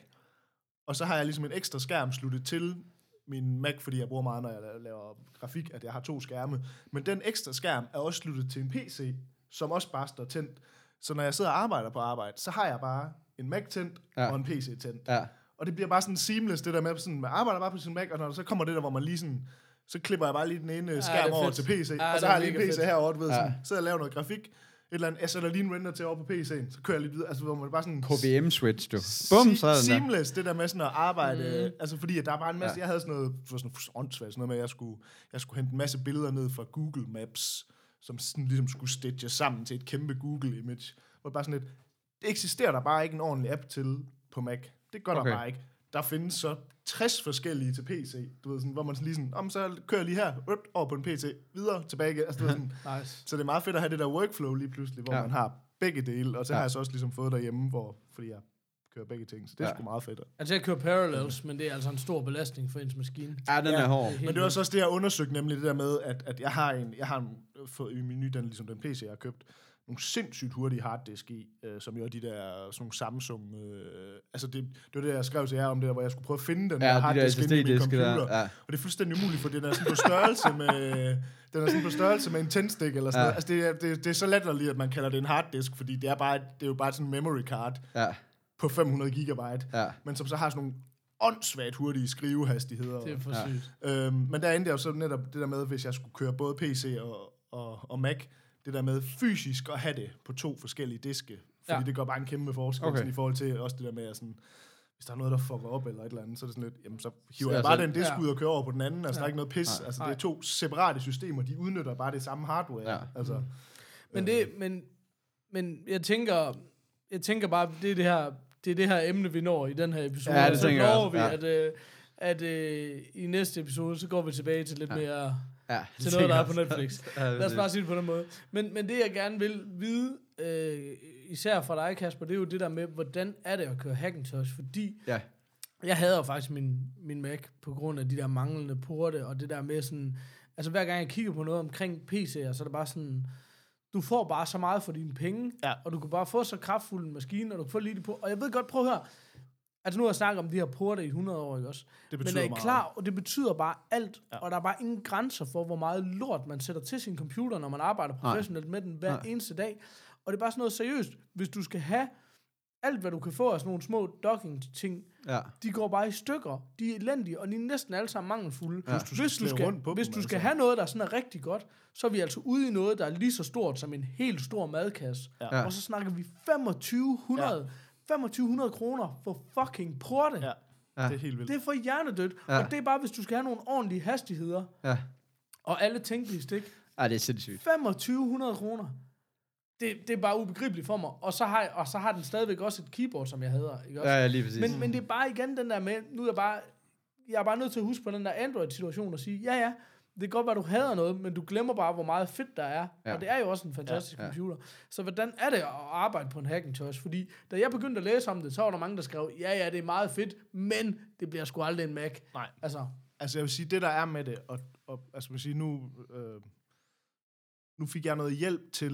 og så har jeg ligesom en ekstra skærm sluttet til min Mac, fordi jeg bruger meget, når jeg laver grafik, at jeg har to skærme. Men den ekstra skærm er også sluttet til en P C, som også bare står tændt. Så når jeg sidder og arbejder på arbejde, så har jeg bare en Mac tændt ja. og en P C tændt. Ja. Og det bliver bare sådan seamless, det der med, sådan, man arbejder bare på sin Mac, og når så kommer det der, hvor man lige sådan, så klipper jeg bare lige den ene skærm ja, over til P C, ja, og så har jeg lige en P C fedt. herovre, du ved, ja. sådan, sidder og laver noget grafik, et eller andet, jeg sætter lige en render til over på P C'en, så kører jeg lidt videre, altså hvor man bare sådan...
K B M-switch, du. Bum, så er den
seamless, det der med sådan at arbejde, mm. altså fordi at der er bare en masse, ja. jeg havde sådan noget, sådan noget åndssvagt, sådan noget med, at jeg skulle, jeg skulle hente en masse billeder ned fra Google Maps, som sådan ligesom skulle stitche sammen til et kæmpe Google-image, hvor bare sådan lidt, det eksisterer der bare ikke en ordentlig app til på Mac. Det gør okay. der bare ikke. Der findes så tres forskellige til P C, du ved, sådan, hvor man lige sådan, om så kører jeg lige her, øh, over på en P C, videre, tilbage igen. Altså, sådan, nice. Så det er meget fedt at have det der workflow lige pludselig, hvor ja. man har begge dele, og så ja. har jeg så også ligesom fået derhjemme, hvor, fordi jeg kører begge ting, så det er ja. sgu meget fedt.
Altså jeg kører Parallels, okay. men det er altså en stor belastning for ens maskine.
Ja, den ja. er hård.
Men det er også, også det, jeg har undersøgt, nemlig det der med, at, at jeg har en, jeg har en, fået i min nye, den, ligesom den P C, jeg har købt, nogle sindssygt hurtige harddisk i, øh, som jo er de der sådan nogle Samsung... Øh, altså det, det var det, jeg skrev til jer om det der, hvor jeg skulle prøve at finde den ja, der harddisk inde i min computer. Der, ja. Og det er fuldstændig umuligt, for den er sådan på størrelse med... den er sådan på størrelse med en tændstik eller sådan ja. noget. Altså det er, det, det er så latterligt, at man kalder det en harddisk, fordi det er, bare, det er jo bare sådan en memory card ja. på fem hundrede gigabyte, ja. men som så har sådan nogle åndssvagt hurtige skrivehastigheder.
Det er for sygt.
Ja. Øhm, men der endte jeg jo så netop det der med, hvis jeg skulle køre både P C og, og, og Mac, det der med fysisk at have det på to forskellige diske. Fordi ja. det gør bare en kæmpe forskel okay. i forhold til også det der med, at sådan, hvis der er noget, der fucker op eller et eller andet, så er det sådan lidt, jamen så hiver så, jeg bare så, den disk ja. ud og kører over på den anden. Altså ja. der er ikke noget pis. Nej. Altså det er to separate systemer, de udnytter bare det samme hardware. Ja. Altså, mm.
men, det, men, men jeg tænker, jeg tænker bare, det er det her, det er det her emne, vi når i den her episode.
Ja, det
så når vi,
ja.
at, at, at, at i næste episode, så går vi tilbage til lidt ja. mere...
Ja,
til noget, der er på Netflix. Lad os bare sige det på den måde. Men, men det, jeg gerne vil vide, øh, især fra dig, Kasper, det er jo det der med, hvordan er det at køre Hackintosh? Fordi ja. jeg hader jo faktisk min, min Mac på grund af de der manglende porte, og det der med sådan... Altså, hver gang jeg kigger på noget omkring P C'er, så er det bare sådan... Du får bare så meget for dine penge, ja. og du kan bare få så kraftfuld en maskine, og du kan få lige det på... Og jeg ved godt, prøv at høre... Altså nu har jeg snakket om de her porter i hundrede år, ikke også?
Det betyder
Men er I klar, og det betyder bare alt, ja. og der er bare ingen grænser for, hvor meget lort man sætter til sin computer, når man arbejder professionelt med den hver Nej. eneste dag. Og det er bare sådan noget seriøst. Hvis du skal have alt, hvad du kan få af sådan nogle små docking-ting, ja. de går bare i stykker. De er elendige, og de er næsten alle sammen mangelfulde. Ja. Hvis du, hvis du skal, hvis du skal altså. have noget, der sådan er rigtig godt, så er vi altså ude i noget, der er lige så stort som en helt stor madkasse. Ja. Og så snakker vi femogtyve hundrede... Ja. femogtyve hundrede kroner for fucking porte. Ja,
ja. Det er helt vildt.
Det er for hjernedødt. Ja. Og det er bare, hvis du skal have nogle ordentlige hastigheder. Ja. Og alle tænkelige stik.
Ja, det er sindssygt.
femogtyve hundrede kroner. Det, det er bare ubegribeligt for mig. Og så, har, og så har den stadigvæk også et keyboard, som jeg hader. Ikke også?
Ja, ja, lige præcis.
Men, men det er bare igen den der med, nu er jeg bare, jeg er bare nødt til at huske på den der Android-situation og sige, ja ja, det kan godt være, du hader noget, men du glemmer bare, hvor meget fedt der er. Ja. Og det er jo også en fantastisk ja, ja. computer. Så hvordan er det at arbejde på en Hackintosh? Fordi da jeg begyndte at læse om det, så var der mange, der skrev, ja, ja, det er meget fedt, men det bliver sgu aldrig en Mac.
Nej. Altså, altså jeg vil sige, det der er med det, og, og altså, jeg vil sige, nu, øh, nu fik jeg noget hjælp til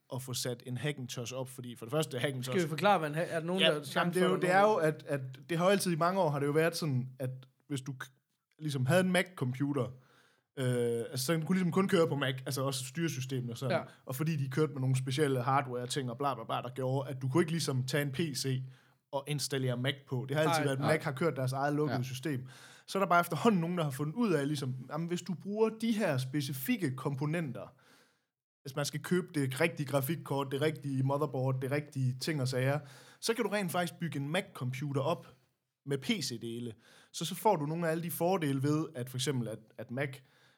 at få sat en Hackintosh op, fordi for det første Hackintosh...
Skal vi forklare, hvad en ha- er der nogen,
ja,
der...
Jamen, det er jo, det er jo at, at det har jo altid i mange år har det jo været sådan, at hvis du ligesom havde en Mac-computer, øh, altså så den kunne ligesom kun køre på Mac, altså også styresystemet og sådan, ja. Og fordi de kørte med nogle specielle hardware-ting og bla bla bla, der gjorde, at du kunne ikke ligesom tage en P C og installere Mac på. Det har altid været, at Mac har kørt deres eget lukkede ja. system. Så er der bare efterhånden nogen, der har fundet ud af, ligesom, jamen, hvis du bruger de her specifikke komponenter, hvis man skal købe det rigtige grafikkort, det rigtige motherboard, det rigtige ting og sager, så kan du rent faktisk bygge en Mac-computer op med P C-dele. Så så får du nogle af alle de fordele ved, at for eksempel, at, at Mac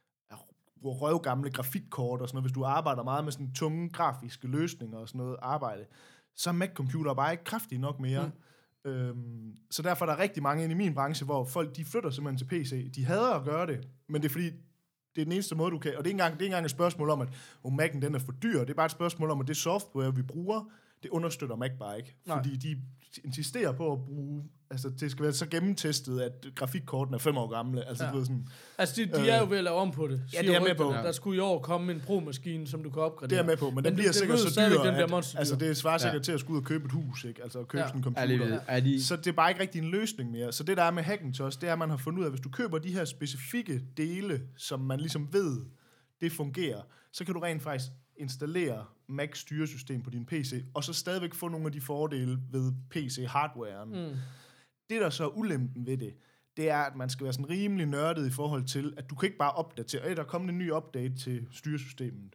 bruger røvgamle grafikkort og sådan noget. Hvis du arbejder meget med sådan tunge grafiske løsninger og sådan noget arbejde, så er Mac-computer bare ikke kraftige nok mere. Mm. Øhm, så derfor er der rigtig mange inde i min branche, hvor folk de flytter simpelthen til P C. De hader at gøre det, men det er fordi, det er den eneste måde, du kan. Og det er ikke engang, det er ikke engang et spørgsmål om, at om Mac'en den er for dyr. Det er bare et spørgsmål om, at det software, vi bruger, det understøtter Mac bare ikke. Nej. Fordi de insisterer på at bruge... Altså, det skal være så gennemtestet, at grafikkorten er fem år gamle. Altså,
ja.
du ved sådan...
Altså, de, de øh, er jo ved at lave om på det.
Ja, det er med på.
Der skulle i år komme en Pro-maskine, som du kan opgradere.
Det er med på, men, men den bliver
det,
sikkert
det
så dyr,
den
at, altså, det svarer sikkert ja. til at skulle ud og købe et hus, ikke? Altså, at købe ja. sådan en computer.
Er det, er de...
Så det er bare ikke rigtig en løsning mere. Så det, der er med Hackintosh, det er, at man har fundet ud af, at hvis du køber de her specifikke dele, som man ligesom ved, det fungerer, så kan du rent faktisk installere Mac-styresystem på din P C, og så stadigvæk få nogle af de fordele ved P C-hardwaren. Mm. Det, der så er ulempen ved det, det er, at man skal være sådan rimelig nørdet i forhold til, at du kan ikke bare opdatere, øh, der er kommet en ny update til styresystemet.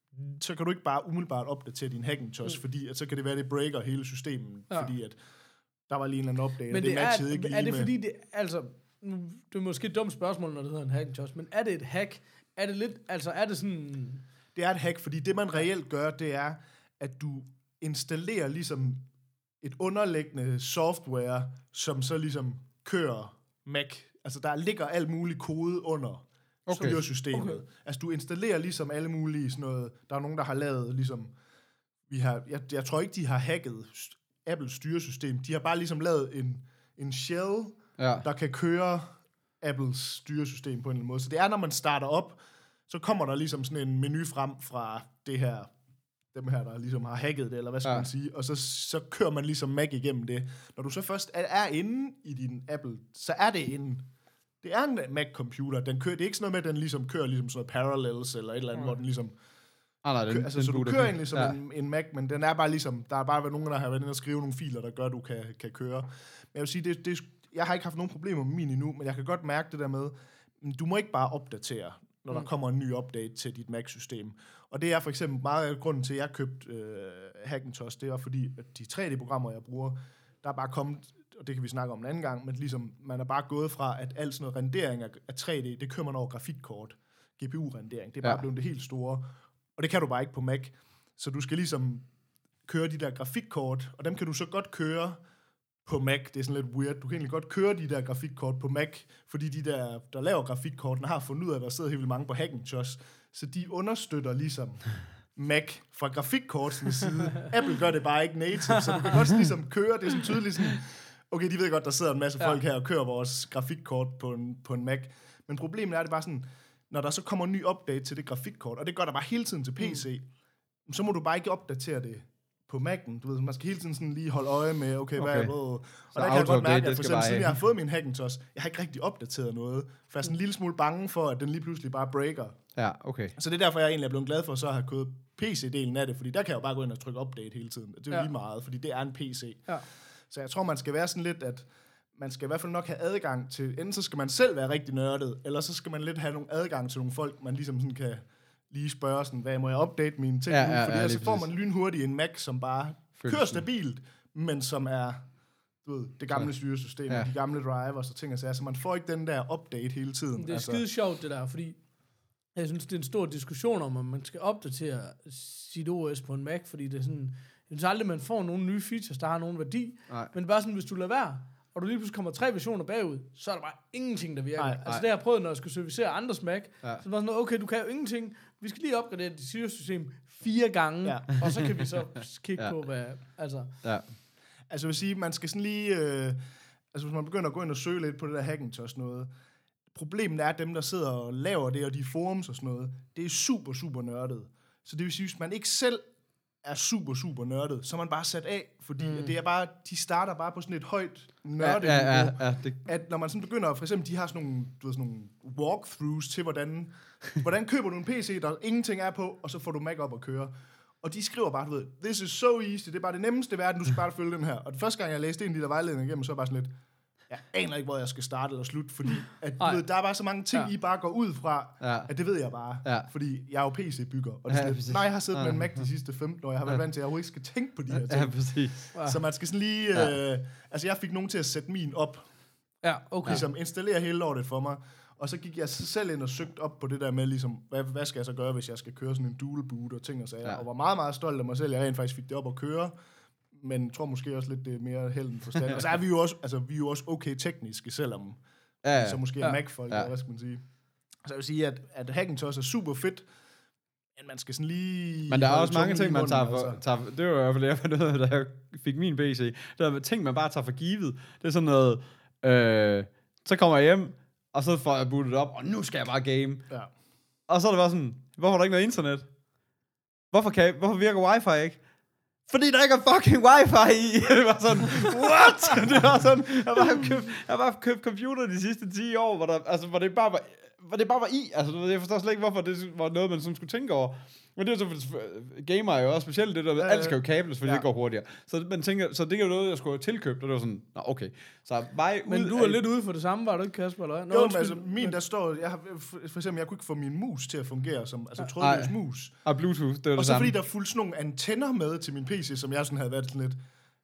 Så kan du ikke bare umiddelbart opdatere din Hackintosh, mm. fordi at så kan det være, det breaker hele systemet, ja. fordi at der var lige en eller anden update,
men
og det,
det
matchede
er,
ikke lige
er det
med.
fordi, det, altså, det er måske et dumt spørgsmål, når det hedder en Hackintosh, men er det et hack? Er det lidt, altså er det sådan...
Det er et hack, fordi det, man reelt gør, det er, at du installerer ligesom et underliggende software, som så ligesom kører Mac. Altså, der ligger alt muligt kode under okay. styresystemet. Okay. Altså, du installerer ligesom alle mulige sådan noget... Der er nogen, der har lavet ligesom... Vi har, jeg, jeg tror ikke, de har hacket Apples styresystem. De har bare ligesom lavet en, en shell, ja. der kan køre Apples styresystem på en eller anden måde. Så det er, når man starter op, så kommer der ligesom sådan en menu frem fra det her, dem her, der ligesom har hacket det, eller hvad skal ja. man sige, og så, så kører man ligesom Mac igennem det. Når du så først er, er inde i din Apple, så er det inde. Det er en Mac-computer. Den kører, det er ikke sådan noget med, at den ligesom kører ligesom sådan noget Parallels, eller et eller andet, ja. hvor den ligesom...
Ah, nej, den,
kører, altså,
den
så du kører egentlig som ja. en, en Mac, men den er bare ligesom... Der er bare nogen, der har været inde og skrive nogle filer, der gør, at du kan, kan køre. Men jeg vil sige, det, det, jeg har ikke haft nogen problemer med min endnu, men jeg kan godt mærke det der med, du må ikke bare opdatere, når mm. der kommer en ny update til dit Mac-system. Og det er for eksempel meget af grunden til, at jeg købte øh, Hackintosh, det var fordi, at de tre D-programmer, jeg bruger, der er bare kommet, og det kan vi snakke om en anden gang, men ligesom, man er bare gået fra, at alt sådan noget rendering af tre D, det kører man over grafikkort, G P U-rendering, det er bare ja. blevet det helt store, og det kan du bare ikke på Mac. Så du skal ligesom køre de der grafikkort, og dem kan du så godt køre på Mac. Det er sådan lidt weird. Du kan egentlig godt køre de der grafikkort på Mac, fordi de der, der laver grafikkortene, har fundet ud af, at der sidder helt vildt mange på Hackintosh. Så de understøtter ligesom Mac fra grafikkortens side. Apple gør det bare ikke native, så du kan godt ligesom køre. Det er sådan tydeligt sådan, okay, de ved godt, der sidder en masse folk her og kører vores grafikkort på en, på en Mac. Men problemet er, det bare sådan, når der så kommer en ny update til det grafikkort, og det gør der bare hele tiden til P C, mm. så må du bare ikke opdatere det på Mac'en. Du ved, man skal hele tiden sådan lige holde øje med, okay, okay. hvad er det? Og så der kan jeg godt mærke, at for eksempel, siden jeg har fået min Hackintosh, jeg har ikke rigtig opdateret noget, for jeg er sådan en lille smule bange for, at den lige pludselig bare breaker.
Ja, okay.
Så det er derfor, jeg egentlig er blevet glad for så at have købt P C-delen af det, fordi der kan jeg jo bare gå ind og trykke update hele tiden. Det er jo ja. lige meget, fordi det er en P C. Ja. Så jeg tror, man skal være sådan lidt, at man skal i hvert fald nok have adgang til, enten så skal man selv være rigtig nørdet, eller så skal man lidt have nogle adgang til nogle folk, man ligesom sådan kan lige spørge sådan, hvad må jeg update mine ting ja, nu? Ja, fordi ja, så får man lynhurtigt en Mac, som bare Følelsen. kører stabilt, men som er du ved, det gamle styresystem, ja. de gamle drivers og ting og sager, så man får ikke den der update hele tiden.
Det er
altså.
skide sjovt det der, fordi jeg synes, det er en stor diskussion om, om man skal opdatere sit O S på en Mac, fordi det er sådan, jeg synes aldrig, man får nogle nye features, der har nogen værdi, nej. Men bare sådan, hvis du lader være, og du lige pludselig kommer tre versioner bagud, så er der bare ingenting, der virker. Nej, altså nej. Det har jeg prøvet, når jeg skulle servicere andres Mac, ja. Så var sådan noget, okay, du kan jo ingenting, vi skal lige opgradere dit styresystem fire gange, ja. Og så kan vi så kigge ja. på, hvad, altså.
Ja. Altså jeg vil sige, man skal sådan lige, øh, altså hvis man begynder at gå ind og søge lidt på det der Hackintosh noget, problemet er, at dem, der sidder og laver det, og de forums og sådan noget, det er super, super nørdet. Så det vil sige, hvis man ikke selv er super, super nørdet, så er man bare sat af, fordi
Mm.
det er bare, de starter bare på sådan et højt nørdet
Ja, ja, ja, ja, det...
at når man sådan begynder, for eksempel, de har sådan nogle, du ved, sådan nogle walkthroughs til, hvordan, hvordan køber du en P C, der ingenting er på, og så får du Mac op at køre. Og de skriver bare, du ved, this is so easy, det er bare det nemmeste i verden, du skal bare følge den her. Og den første gang, jeg læste en af de der vejledninger igennem, så var jeg bare sådan lidt, jeg aner ikke, hvor jeg skal starte eller slutte, fordi at, du ved, der er bare så mange ting, ja. I bare går ud fra,
Ja.
at det ved jeg bare,
Ja.
fordi jeg er jo P C-bygger. Og det er
Ja,
sådan
præcis.
lidt, nej, jeg har siddet
Ja.
med en Mac de sidste femten år, jeg har været vant til, at jeg overhovedet ikke skal tænke på de her ting.
Ja, præcis.
Så man skal sådan lige,
Ja.
øh, altså jeg fik nogen til at sætte min op,
Ja, okay.
ligesom installere hele lortet for mig. Og så gik jeg selv ind og søgte op på det der med, ligesom, hvad, hvad skal jeg så gøre, hvis jeg skal køre sådan en dual boot og ting og sager.
Ja.
Og var meget, meget stolt af mig selv. Jeg rent faktisk fik det op at køre. Men tror måske også lidt, det er mere held end forstand. Og så er vi jo også, altså, vi er jo også okay tekniske, selvom
Ja, ja.
så måske
Ja.
er Mac-folk,
Ja.
ja. hvad skal man sige. Så jeg vil sige, at, at Hackintosh er super fedt, men man skal sådan lige...
Men der er
holde
også mange
tungen
ting,
i
man
munden,
tager for...
altså.
Tager, det var i hvert fald det, jeg fandt ud af, da jeg fik min P C. Der er ting, man bare tager for givet. Det er sådan noget... Øh, så kommer jeg hjem, og så får jeg bootet op, og nu skal jeg bare game.
Ja.
Og så er det bare sådan, hvorfor er der ikke noget internet? Hvorfor, kan jeg, hvorfor virker wifi ikke? Fordi der ikke er fucking wifi i. Det var sådan, what? Det var sådan, jeg har bare købt, jeg har bare købt computer de sidste ti år, hvor, der, altså, hvor det bare var... Hvor det bare var i. Altså, jeg forstår slet ikke, hvorfor det var noget, man sådan skulle tænke over. Men det er jo så, gamer er jo også specielt det der, ja, ja. Alt skal jo kables, fordi ja. det går hurtigere. Så man tænker, så det er jo noget, jeg skulle have tilkøbt, og det var sådan, nå okay. Så vej
Men
ud
du er
af,
lidt ude for det samme, var du ikke, Kasper? Eller? Nå,
Jo, men
undskyld.
altså, min der står, jeg har, for, for eksempel, jeg kunne ikke få min mus til at fungere som, altså trådløs
Ej.
mus.
og Bluetooth, det var
Og
det
så
samme.
fordi der fulgte sådan nogle antenner med til min P C, som jeg sådan havde været sådan lidt,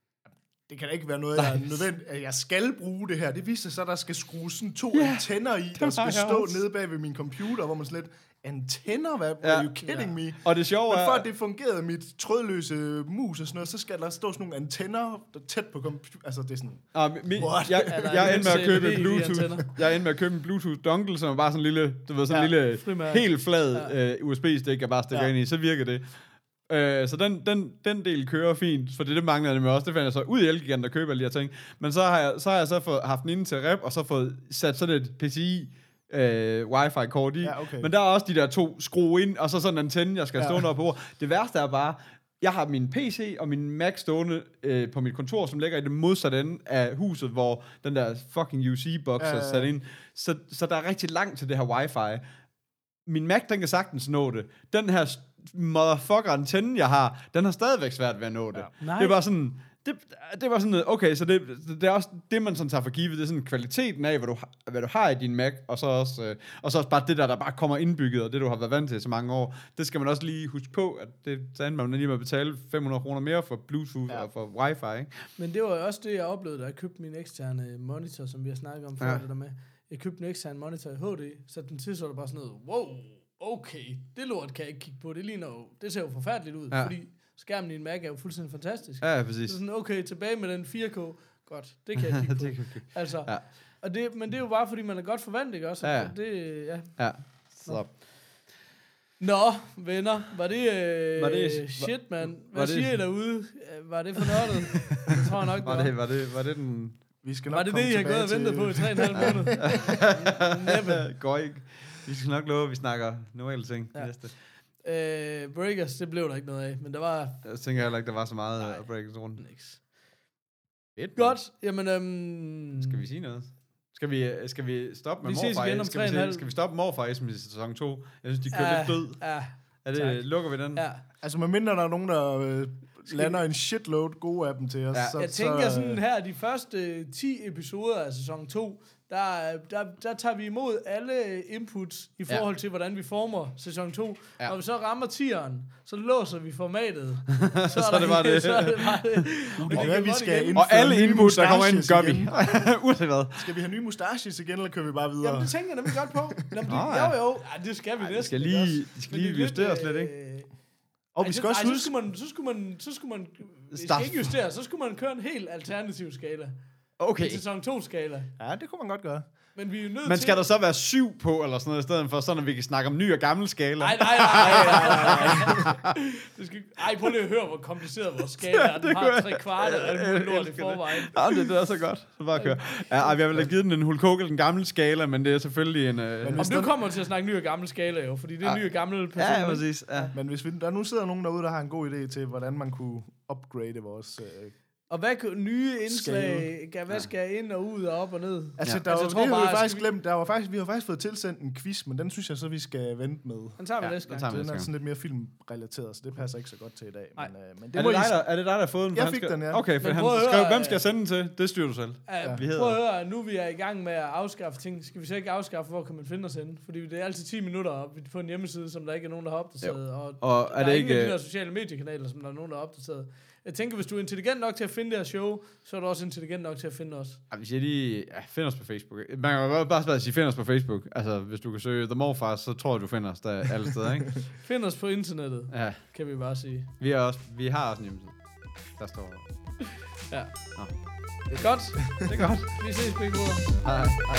det kan da ikke være noget, jeg er nødvendigt, at jeg skal bruge det her. Det viser sig, at der skal skrues sådan to
Ja,
antenner i, der
var
skal
jeg
stå
også.
nede bag ved min computer, hvor man sådan lidt, antenner, hvad?
Ja.
Are you kidding me?
Og det sjove
Men
er...
for at det fungerede, mit trådløse mus og sådan noget, så skal der stå sådan nogle antenner der tæt på computer. Altså, det er sådan...
Ah, mi,
What?
jeg,
Er der
jeg
en
endte med at købe en
L E D i
Bluetooth.
antenner?
Jeg endte med at købe en Bluetooth dongle, som er bare sådan en lille, du ved, sådan en
Ja,
lille,
frimærke.
helt flad ja. uh, U S B-stik, jeg bare stikker
Ja.
ind i, så virker det. Uh, så den, den, den del kører fint, for det, det mangler det med også. Det fandt jeg så ud i Elgiganten og købe alle de her ting. Men så har jeg så, har jeg så fået, haft den inde til rep, og så fået sat sådan et P C I øh, wifi-kort i.
Ja, okay.
Men der er også de der to skrue ind, og så sådan en antenne, jeg skal
Ja.
stå op på. Det værste er bare, jeg har min P C og min Mac stående øh, på mit kontor, som ligger i det modsatte ende af huset, hvor den der fucking U C-box
Ja, ja,
er
ja.
sat ind. Så, så der er rigtig langt til det her wifi. Min Mac, den kan sagtens nå det. Den her motherfucker antenne, jeg har, den har stadigvæk svært ved at nå det.
Ja.
Nej.
Det er bare sådan... Det, det var sådan, okay, så det, det er også det, man sådan tager for givet, det er sådan kvaliteten af, hvad du, har- hvad du har i din Mac, og så også, øh, og så også bare det der, der bare kommer indbygget, og det, du har været vant til så mange år. Det skal man også lige huske på, at det så endte man lige med at betale fem hundrede kroner mere for Bluetooth
Ja.
og for wifi, ikke?
Men det var jo også det, jeg oplevede, da jeg købte min eksterne monitor, som vi har snakket om før,
Ja.
det der med. Jeg købte en ekstern monitor i H D, satte den til, så var det bare sådan noget, wow, okay, det lort kan jeg ikke kigge på, det ligner jo, det ser jo forfærdeligt ud,
Ja.
fordi skærmen i en Mac er jo fuldstændig fantastisk.
Ja, ja,
Så
præcis.
sådan, okay, tilbage med den fire K, godt, det kan jeg kigge på.
Det kan vi-
Altså,
Ja.
og det, men det er jo bare, fordi man er godt forventet, ikke også?
Ja.
Og Det, ja.
Ja, så...
Nå, venner, var det, øh,
Var det-
shit, mand. Hvad
var det-
siger I derude? Øh, Var det for nørdet? Det tror jeg nok,
Var det, var det, var det den...
Vi skal nok
Var det
komme
det, I har
tilbage
gået og ventet
til-
på i tre og en halv måned? Næppe.
Går ikke. Vi skal nok love, at vi snakker normale ting
Ja.
ja. næste.
Øh, Breakers, det blev der ikke noget af, men der var
Jeg tænker heller ikke, der var så meget
Nej.
at break rundt.
niks.
Fedt,
Godt, jamen... Øhm,
Skal vi sige noget? Skal vi, skal vi stoppe med
Vi ses
morfar?
igen om
skal,
tre og
vi
en halv.
se, skal vi stoppe morfarism i sæson to? Jeg synes, de kører
Ja,
lidt død.
Ja,
Er det,
tak.
lukker vi den?
ja.
Altså, medmindre der er nogen, der øh, lander en shitload gode af dem til os.
Ja.
Så,
Jeg
så,
tænker
øh,
sådan her, de første ti episoder af sæson to, der, der, der tager vi imod alle inputs i forhold til, hvordan vi former sæson to.
Ja.
Når vi så rammer tieren, så låser vi formatet. Så,
Så er det bare det.
Så er det bare det.
Det
Men
kan
det
være,
kan
vi
godt
skal
igen.
indføre
Og alle
nye
input, der kommer ind,
mustaches
gør vi.
igen.
Uanset hvad.
Skal vi have nye mustaches igen, eller kører vi bare videre?
Jamen, det tænker jeg nemlig godt på. Jamen, de,
Nå,
jo,
ja.
jo. Ja, det skal vi
Ej,
næsten.
de skal
ikke
lige,
også?
de skal
Men
lige
det er lidt,
justeres lidt,
øh,
ikke?
Og
ej,
vi
så-
skal også
ej, så
huske...
skulle man, så skulle man, så skulle man, vi skal
Start.
ikke justere, så skulle man køre en helt alternativ skala.
Okay.
En sæson to skala.
Ja, det kunne man godt gøre.
Men vi er jo nødt
Men skal
til...
der så være syv på, eller sådan noget, i stedet for, sådan at vi kan snakke om ny og gammel skala?
Nej, nej, nej, nej, nej. Det skal... Ej, prøv lige at høre, hvor kompliceret vores skala er. Den har tre kvarte og alt muligt lort i forvejen.
Ja, det, det er så godt. Så bare kør. Ja, ej, vi har vel givet den en Hulk Hogan, den gamle skala, men det er selvfølgelig en... Øh...
Men du kommer til at snakke ny og gammel skala jo, fordi det er ja. ny og gammel person.
Ja, præcis. Ja.
Men hvis vi, der nu sidder nogen derude, der har en god idé til, hvordan man kunne upgrade vores... Øh,
Og hvad kan nye indslag, skal, hvad skal ind og ud og op og ned?
Altså, ja. der altså, var, det har vi faktisk vi... glemt. Der var faktisk, vi har faktisk fået tilsendt en quiz, men den synes jeg så, vi skal vente med.
Den tager vi ja, næste gang.
Den er sådan lidt mere filmrelateret, så det passer ikke så godt til i dag. Men, øh, men det
er, det dig, der, er det dig, der har fået den?
Jeg fik den, ja.
Okay, for han skrev, hvem skal jeg sende den til? Det styrer du selv.
Ja, vi prøv at høre, nu vi er i gang med at afskaffe ting. Skal vi så ikke afskaffe, hvor kan man finde os henne? Fordi det er altid ti minutter på en hjemmeside, som der ikke er nogen, der har opdateret. Og, og er det ikke ingen af de der sociale mediekanaler, som der er nogen, der har opdateret. Jeg tænker, hvis du er intelligent nok til at finde det her show, så er du også intelligent nok til at finde os.
Ja, hvis jeg lige... Ja, find os på Facebook. Man kan bare, bare, bare sige, find os på Facebook. Altså, hvis du kan søge The Morfars, så tror jeg, du finder os der alle steder, ikke?
Find os på internettet, ja. Kan vi bare sige.
Vi, er også, vi har også en hjemmeside. Der står...
Ja.
Nå.
Det er godt.
Det er godt.
Vi ses på i går.
Hej. Hej.